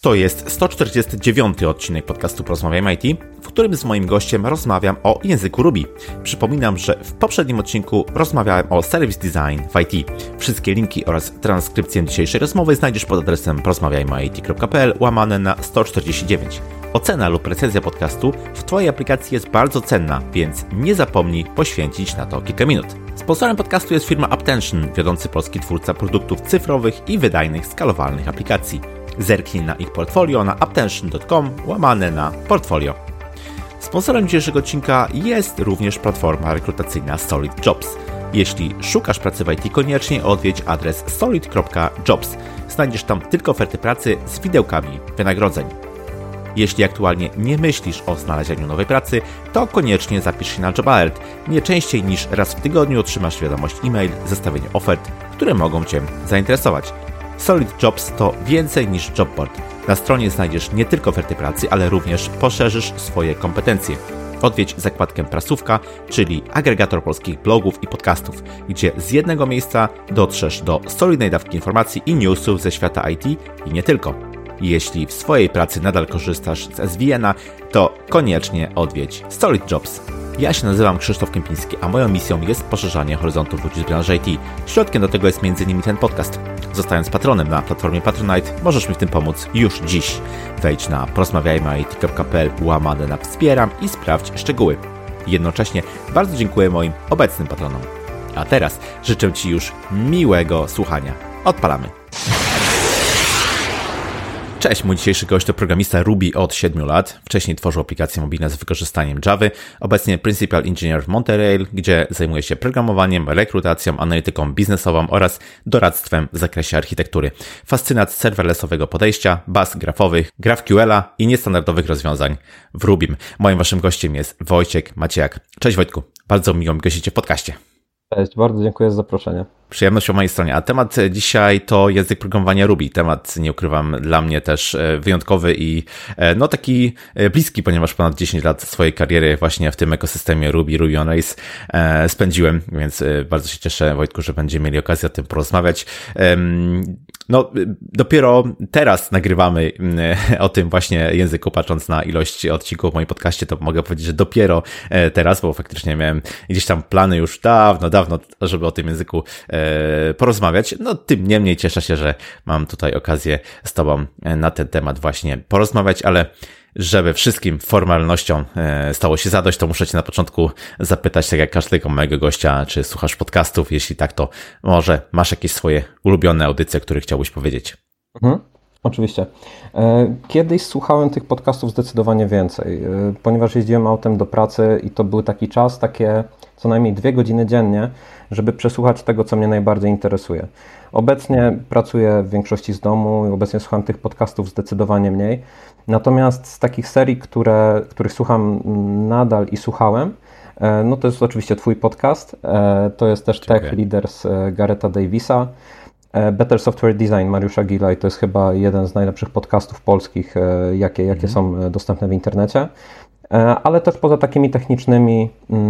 To jest 149. odcinek podcastu Porozmawiajmy IT, w którym z moim gościem rozmawiam o języku Ruby. Przypominam, że w poprzednim odcinku rozmawiałem o Service Design w IT. Wszystkie linki oraz transkrypcję dzisiejszej rozmowy znajdziesz pod adresem porozmawiajmyit.pl/149. Ocena lub recenzja podcastu w Twojej aplikacji jest bardzo cenna, więc nie zapomnij poświęcić na to kilka minut. Sponsorem podcastu jest firma Apptention, wiodący polski twórca produktów cyfrowych i wydajnych, skalowalnych aplikacji. Zerknij na ich portfolio na apptention.com/portfolio. Sponsorem dzisiejszego odcinka jest również platforma rekrutacyjna Solid Jobs. Jeśli szukasz pracy w IT, koniecznie odwiedź adres solid.jobs. Znajdziesz tam tylko oferty pracy z widełkami wynagrodzeń. Jeśli aktualnie nie myślisz o znalezieniu nowej pracy, to koniecznie zapisz się na Job Alert. Nie częściej niż raz w tygodniu otrzymasz wiadomość e-mail z zestawieniem ofert, które mogą Cię zainteresować. Solid Jobs to więcej niż jobboard. Na stronie znajdziesz nie tylko oferty pracy, ale również poszerzysz swoje kompetencje. Odwiedź zakładkę Prasówka, czyli agregator polskich blogów i podcastów, gdzie z jednego miejsca dotrzesz do solidnej dawki informacji i newsów ze świata IT i nie tylko. Jeśli w swojej pracy nadal korzystasz z SVN-a, to koniecznie odwiedź Solid Jobs. Ja się nazywam Krzysztof Kępiński, a moją misją jest poszerzanie horyzontów ludzi z branży IT. Środkiem do tego jest m.in. ten podcast. Zostając patronem na platformie Patronite, możesz mi w tym pomóc już dziś. Wejdź na porozmawiajmyit.pl/wspieram i sprawdź szczegóły. Jednocześnie bardzo dziękuję moim obecnym patronom. A teraz życzę Ci już miłego słuchania. Odpalamy! Cześć, mój dzisiejszy gość to programista Ruby od 7 lat. Wcześniej tworzył aplikacje mobilne z wykorzystaniem Javy. Obecnie Principal Engineer w Montreal, gdzie zajmuje się programowaniem, rekrutacją, analityką biznesową oraz doradztwem w zakresie architektury. Fascynat serverlessowego podejścia, baz grafowych, GraphQL-a i niestandardowych rozwiązań w Rubim. Moim waszym gościem jest Wojciech Maciejak. Cześć Wojtku, bardzo miło mi gościcie w podcaście. Cześć, bardzo dziękuję za zaproszenie. Przyjemność po mojej stronie. A temat dzisiaj to język programowania Ruby. Temat, nie ukrywam, dla mnie też wyjątkowy i no taki bliski, ponieważ ponad 10 lat swojej kariery właśnie w tym ekosystemie Ruby on Rails spędziłem, więc bardzo się cieszę, Wojtku, że będziemy mieli okazję o tym porozmawiać. No, dopiero teraz nagrywamy o tym właśnie języku, patrząc na ilość odcinków w moim podcaście, to mogę powiedzieć, że dopiero teraz, bo faktycznie miałem gdzieś tam plany już dawno, żeby o tym języku porozmawiać. No, tym niemniej cieszę się, że mam tutaj okazję z Tobą na ten temat właśnie porozmawiać, ale żeby wszystkim formalnościom stało się zadość, to muszę Cię na początku zapytać, tak jak każdego mojego gościa, czy słuchasz podcastów? Jeśli tak, to może masz jakieś swoje ulubione audycje, o których chciałbyś powiedzieć? Oczywiście. Kiedyś słuchałem tych podcastów zdecydowanie więcej, ponieważ jeździłem autem do pracy i to był taki czas, takie co najmniej 2 godziny dziennie, żeby przesłuchać tego, co mnie najbardziej interesuje. Obecnie pracuję w większości z domu i obecnie słucham tych podcastów zdecydowanie mniej. Natomiast z takich serii, których słucham nadal i słuchałem, no to jest oczywiście Twój podcast, to jest też Tech Leaders Garetha Davisa, Better Software Design Mariusza Gila i to jest chyba jeden z najlepszych podcastów polskich, jakie są dostępne w internecie. Ale też poza takimi technicznymi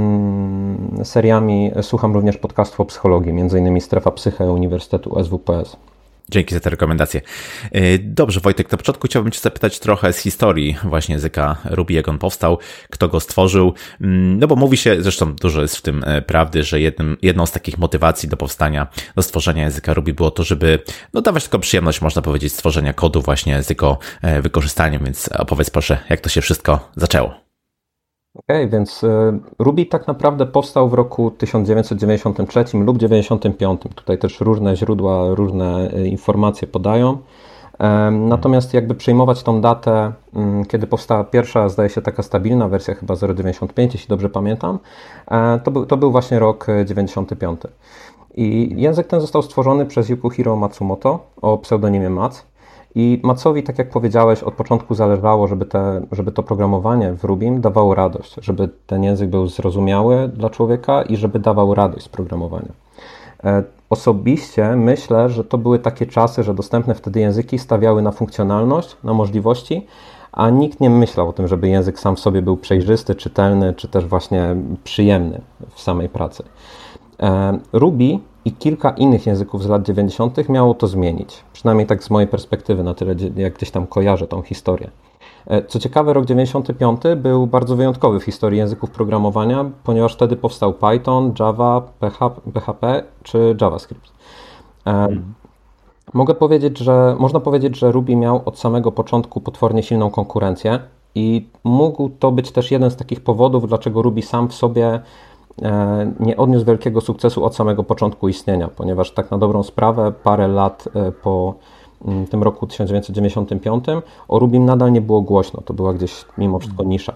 seriami słucham również podcastów o psychologii, m.in. Strefa Psyche Uniwersytetu SWPS. Dzięki za te rekomendacje. Dobrze, Wojtek, na początku chciałbym Cię zapytać trochę z historii właśnie języka Ruby, jak on powstał, kto go stworzył. No bo mówi się, zresztą dużo jest w tym prawdy, że jedną z takich motywacji do stworzenia języka Ruby było to, żeby dawać tylko przyjemność, można powiedzieć, stworzenia kodu właśnie z jego wykorzystaniem, więc opowiedz proszę, jak to się wszystko zaczęło. Okej, więc Ruby tak naprawdę powstał w roku 1993 lub 1995. Tutaj też różne źródła, różne informacje podają. Natomiast jakby przejmować tą datę, kiedy powstała pierwsza, zdaje się, taka stabilna wersja, chyba 0.95, jeśli dobrze pamiętam, to był właśnie rok 95. I język ten został stworzony przez Yukihiro Matsumoto o pseudonimie Mats. I Matsowi, tak jak powiedziałeś, od początku zależało, żeby to programowanie w Rubim dawało radość, żeby ten język był zrozumiały dla człowieka i żeby dawał radość z programowania. Osobiście myślę, że to były takie czasy, że dostępne wtedy języki stawiały na funkcjonalność, na możliwości, a nikt nie myślał o tym, żeby język sam w sobie był przejrzysty, czytelny, czy też właśnie przyjemny w samej pracy. Ruby i kilka innych języków z lat 90. miało to zmienić. Przynajmniej tak z mojej perspektywy, na tyle jak gdzieś tam kojarzę tą historię. Co ciekawe, rok 95 był bardzo wyjątkowy w historii języków programowania, ponieważ wtedy powstał Python, Java, PHP czy JavaScript. Można powiedzieć, że Ruby miał od samego początku potwornie silną konkurencję i mógł to być też jeden z takich powodów, dlaczego Ruby sam w sobie nie odniósł wielkiego sukcesu od samego początku istnienia, ponieważ tak na dobrą sprawę parę lat po tym roku 1995 o Rubim nadal nie było głośno, to była gdzieś mimo wszystko nisza.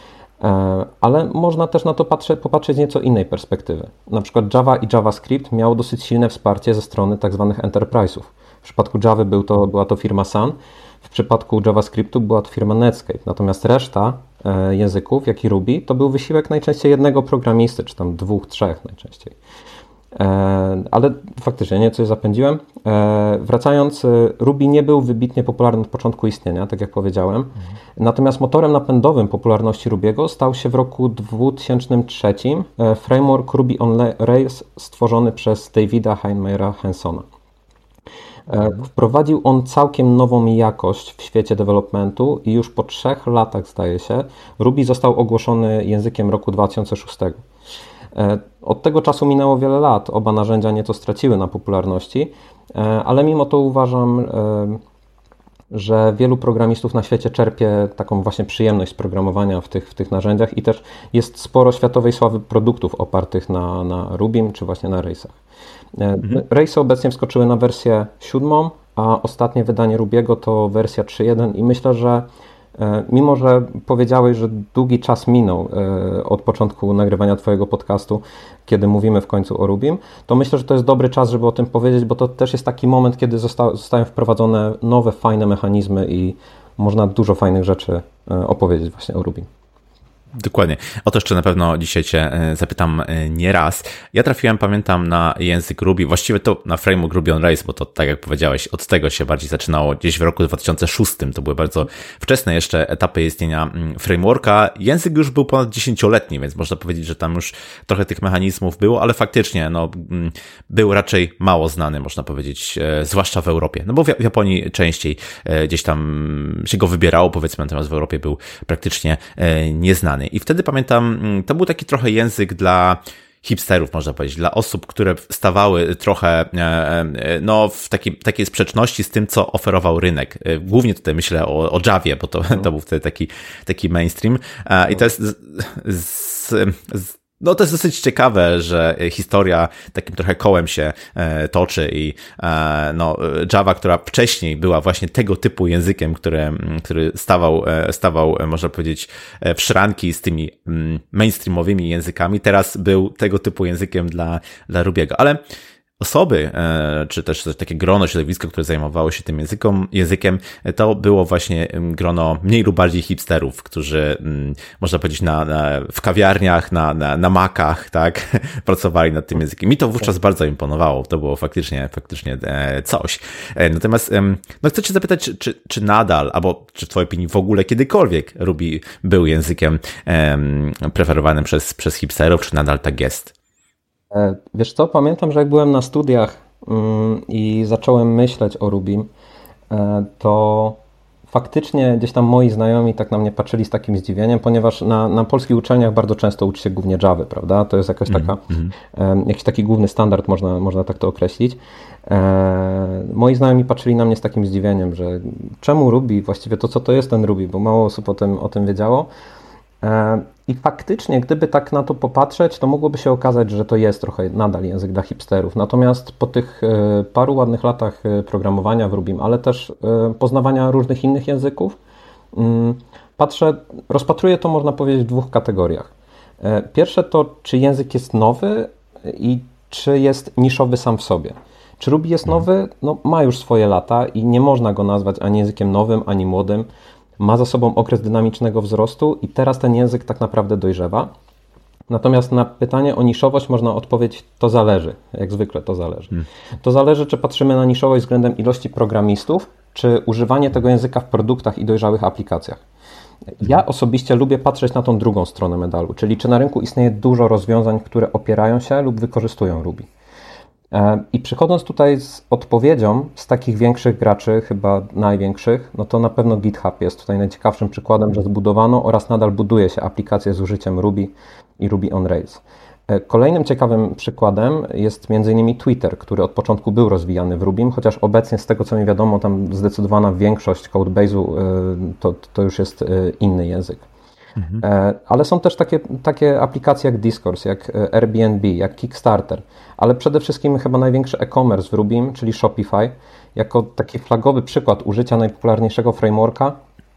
Ale można też na to popatrzeć z nieco innej perspektywy. Na przykład Java i JavaScript miało dosyć silne wsparcie ze strony tak zwanych enterprise'ów. W przypadku Java była to firma Sun, w przypadku JavaScriptu była to firma Netscape, natomiast reszta języków, jak i Ruby, to był wysiłek najczęściej jednego programisty, czy tam 2, 3 najczęściej. Ale faktycznie nie coś zapędziłem. Wracając, Ruby nie był wybitnie popularny od początku istnienia, tak jak powiedziałem. Natomiast motorem napędowym popularności Rubiego stał się w roku 2003 framework Ruby on Rails stworzony przez Davida Heinemeyera Hansona. Wprowadził on całkiem nową jakość w świecie developmentu i już po 3 latach, zdaje się, Ruby został ogłoszony językiem roku 2006. Od tego czasu minęło wiele lat, oba narzędzia nieco straciły na popularności, ale mimo to uważam, że wielu programistów na świecie czerpie taką właśnie przyjemność z programowania w tych narzędziach i też jest sporo światowej sławy produktów opartych na Rubim czy właśnie na Railsach. Railsy obecnie wskoczyły na wersję 7, a ostatnie wydanie Rubiego to wersja 3.1 i myślę, że mimo że powiedziałeś, że długi czas minął od początku nagrywania Twojego podcastu, kiedy mówimy w końcu o Rubim, to myślę, że to jest dobry czas, żeby o tym powiedzieć, bo to też jest taki moment, kiedy zostają wprowadzone nowe, fajne mechanizmy i można dużo fajnych rzeczy opowiedzieć właśnie o Rubim. Dokładnie. O to jeszcze na pewno dzisiaj Cię zapytam nie raz. Ja trafiłem, pamiętam, na język Ruby, właściwie to na framework Ruby on Rails, bo to, tak jak powiedziałeś, od tego się bardziej zaczynało gdzieś w roku 2006. To były bardzo wczesne jeszcze etapy istnienia frameworka. Język już był ponad 10-letni, więc można powiedzieć, że tam już trochę tych mechanizmów było, ale faktycznie był raczej mało znany, można powiedzieć, zwłaszcza w Europie. No bo w Japonii częściej gdzieś tam się go wybierało, powiedzmy, natomiast w Europie był praktycznie nieznany. I wtedy pamiętam, to był taki trochę język dla hipsterów, można powiedzieć, dla osób, które stawały trochę w takiej sprzeczności z tym, co oferował rynek. Głównie tutaj myślę o Javie, bo to był wtedy taki mainstream. I to jest to jest dosyć ciekawe, że historia takim trochę kołem się toczy i Java, która wcześniej była właśnie tego typu językiem, który stawał, można powiedzieć, w szranki z tymi mainstreamowymi językami, teraz był tego typu językiem dla Rubiego. Ale osoby, czy też takie grono, środowisko, które zajmowało się tym językiem, to było właśnie grono mniej lub bardziej hipsterów, którzy, można powiedzieć, w kawiarniach, na makach, tak, pracowali nad tym językiem. Mi to wówczas bardzo imponowało, to było faktycznie coś. Natomiast, chcę Cię zapytać, czy nadal, albo czy w Twojej opinii w ogóle kiedykolwiek Ruby był językiem preferowanym przez hipsterów, czy nadal tak jest? Wiesz co, pamiętam, że jak byłem na studiach i zacząłem myśleć o Rubim, to faktycznie gdzieś tam moi znajomi tak na mnie patrzyli z takim zdziwieniem, ponieważ na polskich uczelniach bardzo często uczy się głównie Javy, prawda? To jest jakaś jakiś taki główny standard, można tak to określić. Moi znajomi patrzyli na mnie z takim zdziwieniem, że czemu Ruby, właściwie to co to jest ten Ruby, bo mało osób o tym wiedziało. I faktycznie, gdyby tak na to popatrzeć, to mogłoby się okazać, że to jest trochę nadal język dla hipsterów. Natomiast po tych paru ładnych latach programowania w Rubim, ale też poznawania różnych innych języków, rozpatruję to, można powiedzieć, w 2 kategoriach. Pierwsze to, czy język jest nowy i czy jest niszowy sam w sobie. Czy Ruby jest nowy? No, ma już swoje lata i nie można go nazwać ani językiem nowym, ani młodym. Ma za sobą okres dynamicznego wzrostu i teraz ten język tak naprawdę dojrzewa. Natomiast na pytanie o niszowość można odpowiedzieć, to zależy. Jak zwykle to zależy. To zależy, czy patrzymy na niszowość względem ilości programistów, czy używanie tego języka w produktach i dojrzałych aplikacjach. Ja osobiście lubię patrzeć na tą drugą stronę medalu, czyli czy na rynku istnieje dużo rozwiązań, które opierają się lub wykorzystują Ruby. I przychodząc tutaj z odpowiedzią z takich większych graczy, chyba największych, no to na pewno GitHub jest tutaj najciekawszym przykładem, że zbudowano oraz nadal buduje się aplikacje z użyciem Ruby i Ruby on Rails. Kolejnym ciekawym przykładem jest m.in. Twitter, który od początku był rozwijany w Rubim, chociaż obecnie z tego co mi wiadomo, tam zdecydowana większość codebase'u to już jest inny język. Ale są też takie aplikacje jak Discourse, jak Airbnb, jak Kickstarter, ale przede wszystkim chyba największy e-commerce w Rubim, czyli Shopify, jako taki flagowy przykład użycia najpopularniejszego frameworka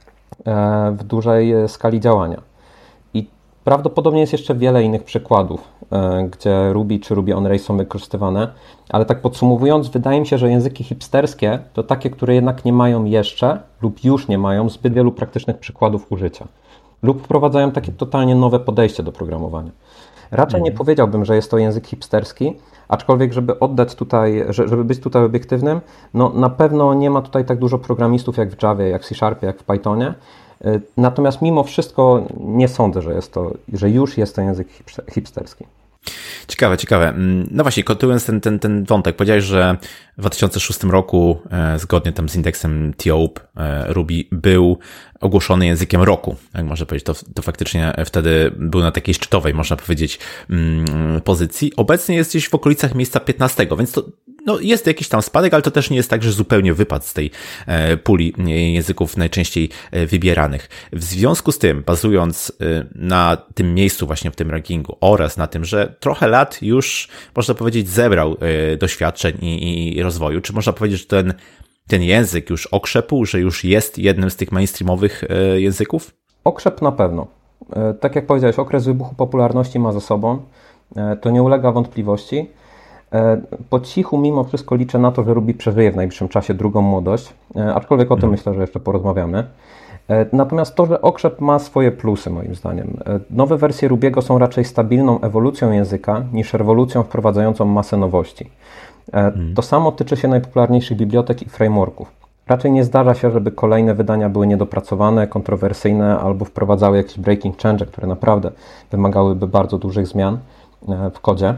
w dużej skali działania. I prawdopodobnie jest jeszcze wiele innych przykładów, gdzie Ruby czy Ruby on Rails są wykorzystywane, ale tak podsumowując, wydaje mi się, że języki hipsterskie to takie, które jednak nie mają jeszcze lub już nie mają zbyt wielu praktycznych przykładów użycia. Lub wprowadzają takie totalnie nowe podejście do programowania. Raczej nie powiedziałbym, że jest to język hipsterski, aczkolwiek żeby być tutaj obiektywnym, no na pewno nie ma tutaj tak dużo programistów jak w Javie, jak w C#, jak w Pythonie. Natomiast mimo wszystko nie sądzę, że już jest to język hipsterski. Ciekawe. No właśnie, kontynuując ten wątek, powiedziałeś, że w 2006 roku, zgodnie tam z indeksem TOP, Ruby był ogłoszony językiem roku, jak można powiedzieć. To faktycznie wtedy był na takiej szczytowej, można powiedzieć, pozycji. Obecnie jest gdzieś w okolicach miejsca 15, więc to jest jakiś tam spadek, ale to też nie jest tak, że zupełnie wypadł z tej puli języków najczęściej wybieranych. W związku z tym, bazując na tym miejscu właśnie w tym rankingu oraz na tym, że trochę lat już, można powiedzieć, zebrał doświadczeń i rozwoju, czy można powiedzieć, że ten język już okrzepł, że już jest jednym z tych mainstreamowych języków? Okrzep na pewno. Tak jak powiedziałeś, okres wybuchu popularności ma za sobą. To nie ulega wątpliwości. Po cichu mimo wszystko liczę na to, że Ruby przeżyje w najbliższym czasie drugą młodość, aczkolwiek o tym myślę, że jeszcze porozmawiamy. Natomiast to, że okrzep ma swoje plusy moim zdaniem. Nowe wersje Rubiego są raczej stabilną ewolucją języka niż rewolucją wprowadzającą masę nowości. To samo tyczy się najpopularniejszych bibliotek i frameworków. Raczej nie zdarza się, żeby kolejne wydania były niedopracowane, kontrowersyjne albo wprowadzały jakieś breaking change, które naprawdę wymagałyby bardzo dużych zmian w kodzie.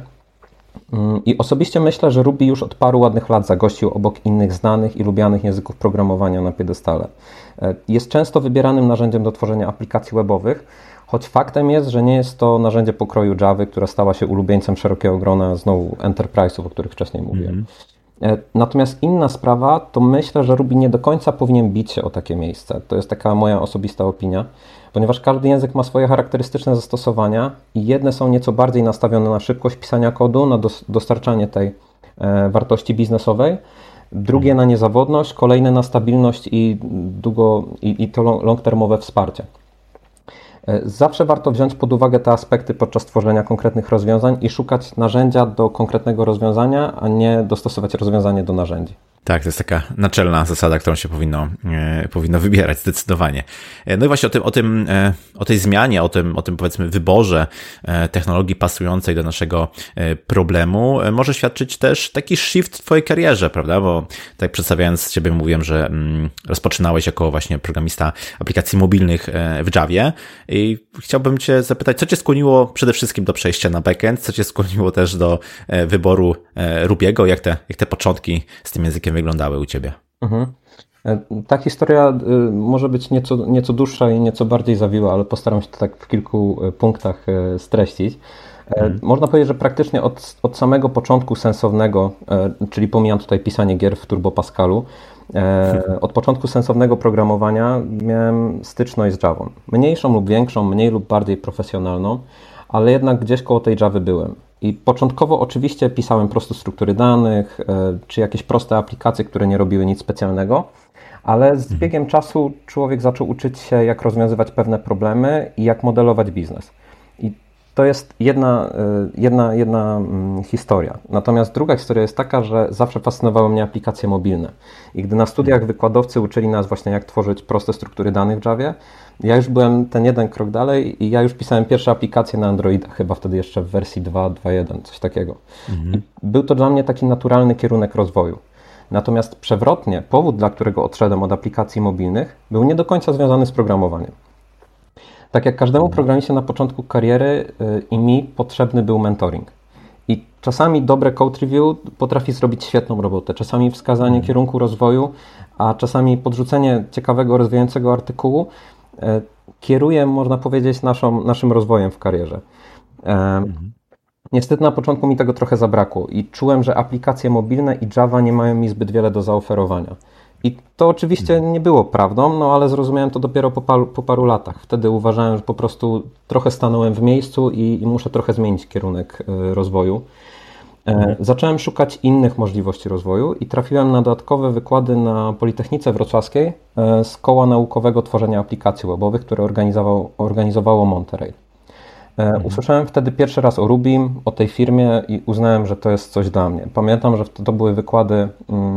I osobiście myślę, że Ruby już od paru ładnych lat zagościł obok innych znanych i lubianych języków programowania na piedestale. Jest często wybieranym narzędziem do tworzenia aplikacji webowych, choć faktem jest, że nie jest to narzędzie pokroju Javy, która stała się ulubieńcem szerokiego grona znowu enterprise'ów, o których wcześniej mówiłem. Natomiast inna sprawa, to myślę, że Ruby nie do końca powinien bić się o takie miejsce. To jest taka moja osobista opinia, ponieważ każdy język ma swoje charakterystyczne zastosowania i jedne są nieco bardziej nastawione na szybkość pisania kodu, na dostarczanie tej wartości biznesowej, drugie na niezawodność, kolejne na stabilność i to long-termowe wsparcie. Zawsze warto wziąć pod uwagę te aspekty podczas tworzenia konkretnych rozwiązań i szukać narzędzia do konkretnego rozwiązania, a nie dostosować rozwiązanie do narzędzi. Tak, to jest taka naczelna zasada, którą się powinno wybierać zdecydowanie. No i właśnie o tej zmianie, o tym powiedzmy wyborze technologii pasującej do naszego problemu może świadczyć też taki shift w twojej karierze, prawda? Bo tak przedstawiając ciebie mówiłem, że rozpoczynałeś jako właśnie programista aplikacji mobilnych w Javie i chciałbym cię zapytać, co cię skłoniło przede wszystkim do przejścia na backend, co cię skłoniło też do wyboru Rubiego, jak te początki z tym językiem wyglądały u ciebie? Ta historia może być nieco dłuższa i nieco bardziej zawiła, ale postaram się to tak w kilku punktach streścić. Można powiedzieć, że praktycznie od samego początku sensownego, czyli pomijam tutaj pisanie gier w Turbo Pascalu, od początku sensownego programowania miałem styczność z Javą. Mniejszą lub większą, mniej lub bardziej profesjonalną, ale jednak gdzieś koło tej Javy byłem. I początkowo oczywiście pisałem proste struktury danych, czy jakieś proste aplikacje, które nie robiły nic specjalnego, ale z biegiem czasu człowiek zaczął uczyć się, jak rozwiązywać pewne problemy i jak modelować biznes. I to jest jedna historia. Natomiast druga historia jest taka, że zawsze fascynowały mnie aplikacje mobilne. I gdy na studiach wykładowcy uczyli nas właśnie, jak tworzyć proste struktury danych w Javie, ja już byłem ten jeden krok dalej i ja już pisałem pierwsze aplikacje na Androida, chyba wtedy jeszcze w wersji 2.2.1, coś takiego. I był to dla mnie taki naturalny kierunek rozwoju. Natomiast przewrotnie, powód, dla którego odszedłem od aplikacji mobilnych, był nie do końca związany z programowaniem. Tak jak każdemu programiście na początku kariery i mi potrzebny był mentoring. I czasami dobre code review potrafi zrobić świetną robotę, czasami wskazanie kierunku rozwoju, a czasami podrzucenie ciekawego, rozwijającego artykułu kieruje, można powiedzieć, naszym rozwojem w karierze. Niestety na początku mi tego trochę zabrakło i czułem, że aplikacje mobilne i Java nie mają mi zbyt wiele do zaoferowania. I to oczywiście nie było prawdą, no ale zrozumiałem to dopiero po paru latach. Wtedy uważałem, że po prostu trochę stanąłem w miejscu i muszę trochę zmienić kierunek rozwoju. Zacząłem szukać innych możliwości rozwoju i trafiłem na dodatkowe wykłady na Politechnice Wrocławskiej z Koła Naukowego Tworzenia Aplikacji Webowych, które organizowało Monterey. Usłyszałem wtedy pierwszy raz o Rubim, o tej firmie i uznałem, że to jest coś dla mnie. Pamiętam, że to były wykłady...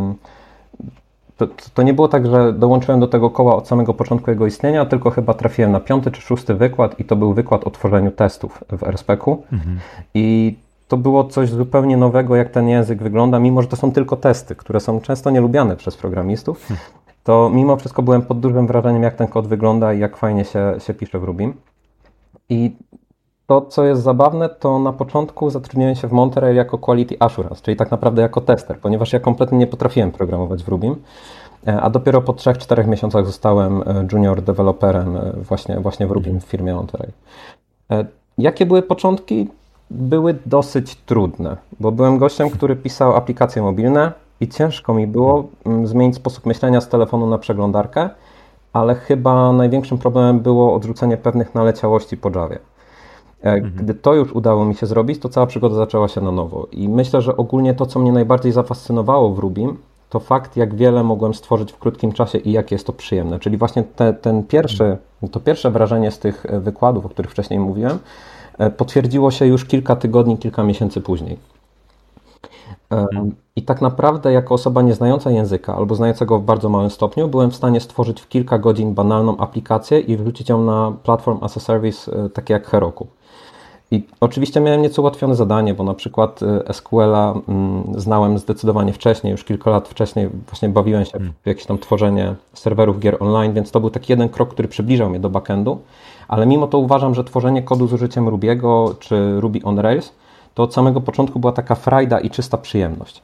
To nie było tak, że dołączyłem do tego koła od samego początku jego istnienia, tylko chyba trafiłem na 5. czy 6. wykład i to był wykład o tworzeniu testów w RSpec-u. I to było coś zupełnie nowego, jak ten język wygląda, mimo że to są tylko testy, które są często nielubiane przez programistów, to mimo wszystko byłem pod dużym wrażeniem, jak ten kod wygląda i jak fajnie się pisze w Rubim. I to, co jest zabawne, to na początku zatrudniłem się w Monterey jako Quality Assurance, czyli tak naprawdę jako tester, ponieważ ja kompletnie nie potrafiłem programować w Rubim, a dopiero po 3-4 miesiącach zostałem junior developerem właśnie w Rubim w firmie Monterey. Jakie były początki? Były dosyć trudne, bo byłem gościem, który pisał aplikacje mobilne i ciężko mi było zmienić sposób myślenia z telefonu na przeglądarkę, ale chyba największym problemem było odrzucenie pewnych naleciałości po Javie. Gdy to już udało mi się zrobić, to cała przygoda zaczęła się na nowo. I myślę, że ogólnie to, co mnie najbardziej zafascynowało w Rubim, to fakt, jak wiele mogłem stworzyć w krótkim czasie i jak jest to przyjemne. Czyli właśnie to pierwsze wrażenie z tych wykładów, o których wcześniej mówiłem, potwierdziło się już kilka tygodni, kilka miesięcy później. I tak naprawdę jako osoba nieznająca języka albo znająca go w bardzo małym stopniu byłem w stanie stworzyć w kilka godzin banalną aplikację i wrzucić ją na Platform as a Service takie jak Heroku. I oczywiście miałem nieco ułatwione zadanie, bo na przykład SQL-a znałem zdecydowanie wcześniej, już kilka lat wcześniej właśnie bawiłem się w jakieś tam tworzenie serwerów gier online, więc to był taki jeden krok, który przybliżał mnie do backendu, ale mimo to uważam, że tworzenie kodu z użyciem Rubiego czy Ruby on Rails to od samego początku była taka frajda i czysta przyjemność.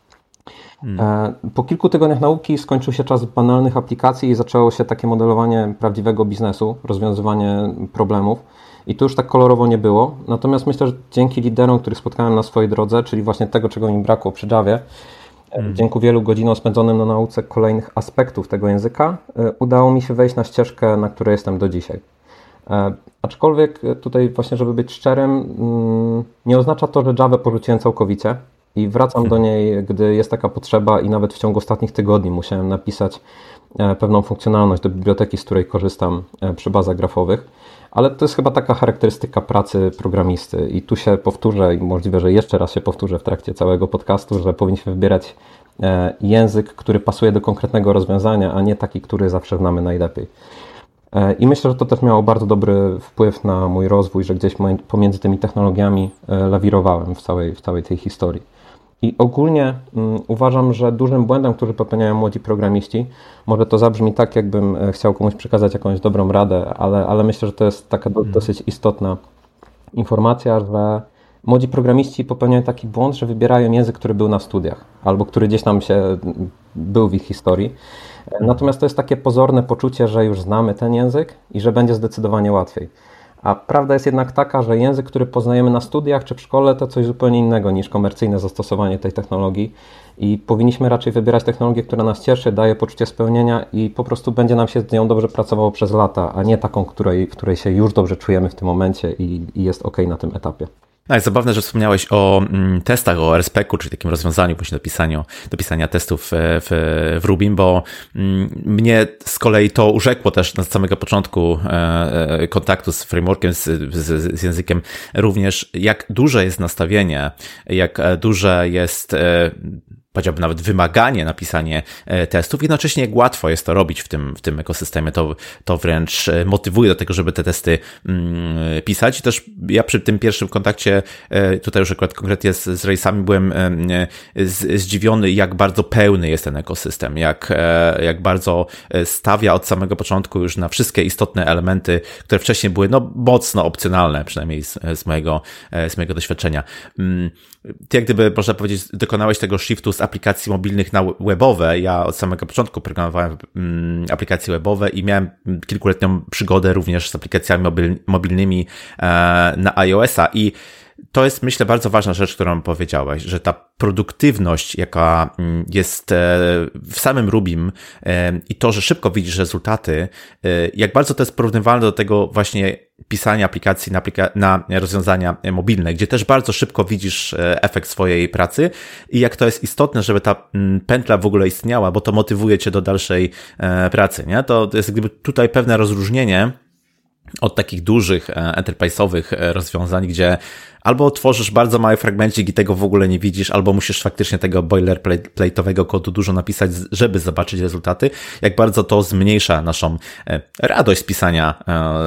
Po kilku tygodniach nauki skończył się czas banalnych aplikacji i zaczęło się takie modelowanie prawdziwego biznesu, rozwiązywanie problemów. I to już tak kolorowo nie było. Natomiast myślę, że dzięki liderom, których spotkałem na swojej drodze, czyli właśnie tego, czego mi brakło przy Javie, dzięki wielu godzinom spędzonym na nauce kolejnych aspektów tego języka, udało mi się wejść na ścieżkę, na której jestem do dzisiaj. Aczkolwiek tutaj właśnie, żeby być szczerym, nie oznacza to, że Javę porzuciłem całkowicie i wracam do niej, gdy jest taka potrzeba i nawet w ciągu ostatnich tygodni musiałem napisać pewną funkcjonalność do biblioteki, z której korzystam przy bazach grafowych, ale to jest chyba taka charakterystyka pracy programisty i tu się powtórzę i możliwe, że jeszcze raz się powtórzę w trakcie całego podcastu, że powinniśmy wybierać język, który pasuje do konkretnego rozwiązania, a nie taki, który zawsze znamy najlepiej. I myślę, że to też miało bardzo dobry wpływ na mój rozwój, że gdzieś pomiędzy tymi technologiami lawirowałem w całej tej historii. I ogólnie uważam, że dużym błędem, który popełniają młodzi programiści, może to zabrzmi tak, jakbym chciał komuś przekazać jakąś dobrą radę, ale myślę, że to jest taka dosyć istotna informacja, że młodzi programiści popełniają taki błąd, że wybierają język, który był na studiach albo który gdzieś tam był w ich historii. Natomiast to jest takie pozorne poczucie, że już znamy ten język i że będzie zdecydowanie łatwiej. A prawda jest jednak taka, że język, który poznajemy na studiach czy w szkole, to coś zupełnie innego niż komercyjne zastosowanie tej technologii i powinniśmy raczej wybierać technologię, która nas cieszy, daje poczucie spełnienia i po prostu będzie nam się z nią dobrze pracowało przez lata, a nie taką, w której się już dobrze czujemy w tym momencie i jest ok na tym etapie. No jest zabawne, że wspomniałeś o testach, o RSpec-u, czyli takim rozwiązaniu właśnie do pisania testów w Rubim, bo mnie z kolei to urzekło też na samego początku kontaktu z frameworkiem, z językiem również, jak duże jest nastawienie, jak duże jest powiedziałbym nawet wymaganie napisanie testów, jednocześnie jak łatwo jest to robić w tym ekosystemie, to wręcz motywuje do tego, żeby te testy pisać. I też ja przy tym pierwszym kontakcie, tutaj już akurat konkretnie z Rejsami byłem zdziwiony, jak bardzo pełny jest ten ekosystem, jak bardzo stawia od samego początku już na wszystkie istotne elementy, które wcześniej były mocno opcjonalne, przynajmniej z mojego doświadczenia. Ty jak gdyby, można powiedzieć, dokonałeś tego shiftu z aplikacji mobilnych na webowe. Ja od samego początku programowałem aplikacje webowe i miałem kilkuletnią przygodę również z aplikacjami mobilnymi na iOS-a i to jest, myślę, bardzo ważna rzecz, którą powiedziałeś, że ta produktywność, jaka jest w samym Rubim i to, że szybko widzisz rezultaty, jak bardzo to jest porównywalne do tego właśnie pisania aplikacji na rozwiązania mobilne, gdzie też bardzo szybko widzisz efekt swojej pracy i jak to jest istotne, żeby ta pętla w ogóle istniała, bo to motywuje cię do dalszej pracy, nie? To jest jakby tutaj pewne rozróżnienie od takich dużych enterprise'owych rozwiązań, gdzie albo tworzysz bardzo mały fragmencik i tego w ogóle nie widzisz, albo musisz faktycznie tego boilerplate'owego kodu dużo napisać, żeby zobaczyć rezultaty, jak bardzo to zmniejsza naszą radość z pisania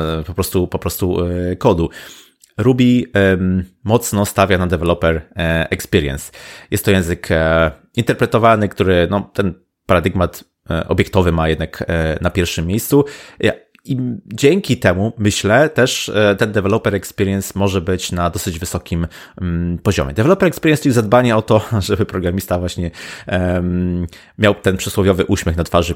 po prostu kodu. Ruby mocno stawia na developer experience. Jest to język interpretowany, który ten paradygmat obiektowy ma jednak na pierwszym miejscu. I dzięki temu, myślę, też ten developer experience może być na dosyć wysokim poziomie. Developer experience, czyli zadbanie o to, żeby programista właśnie miał ten przysłowiowy uśmiech na twarzy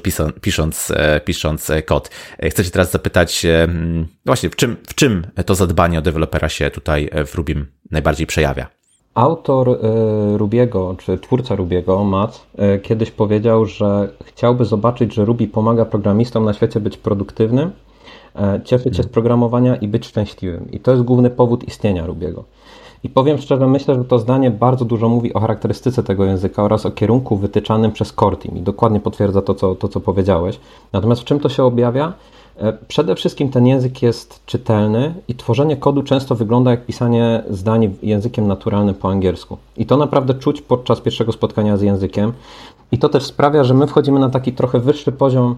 pisząc kod. Chcę cię teraz zapytać właśnie, w czym to zadbanie o dewelopera się tutaj w Rubim najbardziej przejawia? Autor Rubiego, czy twórca Rubiego, Matt, kiedyś powiedział, że chciałby zobaczyć, że Ruby pomaga programistom na świecie być produktywnym, cieszyć się z programowania i być szczęśliwym. I to jest główny powód istnienia Rubiego. I powiem szczerze, myślę, że to zdanie bardzo dużo mówi o charakterystyce tego języka oraz o kierunku wytyczanym przez Core Team. I dokładnie potwierdza to, co powiedziałeś. Natomiast w czym to się objawia? Przede wszystkim ten język jest czytelny i tworzenie kodu często wygląda jak pisanie zdań językiem naturalnym po angielsku. I to naprawdę czuć podczas pierwszego spotkania z językiem. I to też sprawia, że my wchodzimy na taki trochę wyższy poziom,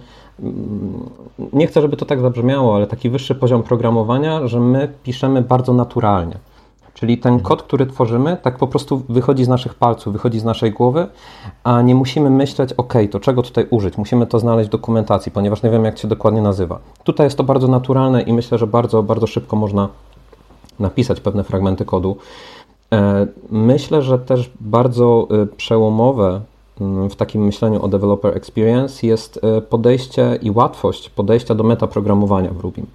nie chcę, żeby to tak zabrzmiało, ale taki wyższy poziom programowania, że my piszemy bardzo naturalnie. Czyli ten kod, który tworzymy, tak po prostu wychodzi z naszych palców, wychodzi z naszej głowy, a nie musimy myśleć, to czego tutaj użyć? Musimy to znaleźć w dokumentacji, ponieważ nie wiem, jak się dokładnie nazywa. Tutaj jest to bardzo naturalne i myślę, że bardzo, bardzo szybko można napisać pewne fragmenty kodu. Myślę, że też bardzo przełomowe w takim myśleniu o developer experience jest podejście i łatwość podejścia do metaprogramowania w Rubim.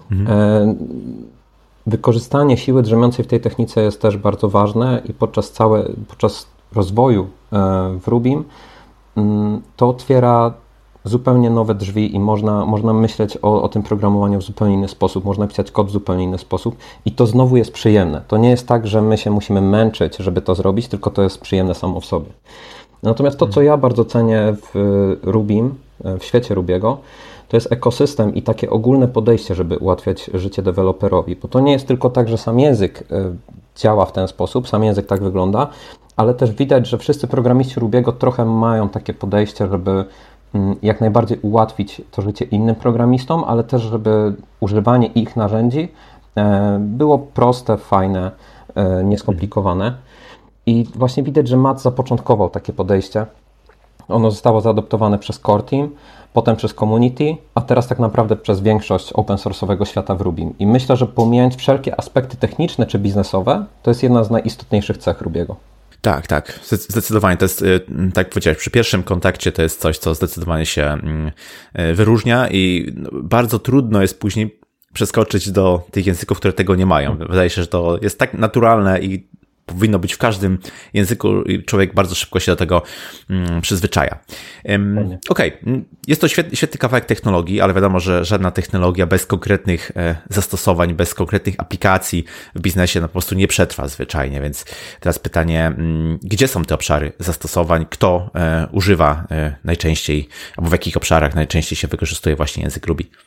Wykorzystanie siły drzemiącej w tej technice jest też bardzo ważne i podczas rozwoju w Rubim to otwiera zupełnie nowe drzwi i można myśleć o tym programowaniu w zupełnie inny sposób, można pisać kod w zupełnie inny sposób i to znowu jest przyjemne. To nie jest tak, że my się musimy męczyć, żeby to zrobić, tylko to jest przyjemne samo w sobie. Natomiast to, co ja bardzo cenię w Rubim, w świecie Rubiego, to jest ekosystem i takie ogólne podejście, żeby ułatwiać życie deweloperowi, bo to nie jest tylko tak, że sam język działa w ten sposób, sam język tak wygląda, ale też widać, że wszyscy programiści Rubiego trochę mają takie podejście, żeby jak najbardziej ułatwić to życie innym programistom, ale też, żeby używanie ich narzędzi było proste, fajne, nieskomplikowane. I właśnie widać, że Matt zapoczątkował takie podejście. Ono zostało zaadoptowane przez Core Team, potem przez community, a teraz tak naprawdę przez większość open source'owego świata w Rubim. I myślę, że pomijając wszelkie aspekty techniczne czy biznesowe, to jest jedna z najistotniejszych cech Rubiego. Tak, zdecydowanie. To jest, tak jak powiedziałeś, przy pierwszym kontakcie to jest coś, co zdecydowanie się wyróżnia i bardzo trudno jest później przeskoczyć do tych języków, które tego nie mają. Wydaje się, że to jest tak naturalne i powinno być w każdym języku i człowiek bardzo szybko się do tego przyzwyczaja. Okej. Jest to świetny kawałek technologii, ale wiadomo, że żadna technologia bez konkretnych zastosowań, bez konkretnych aplikacji w biznesie po prostu nie przetrwa zwyczajnie, więc teraz pytanie, gdzie są te obszary zastosowań, kto używa najczęściej, albo w jakich obszarach najczęściej się wykorzystuje właśnie język Ruby?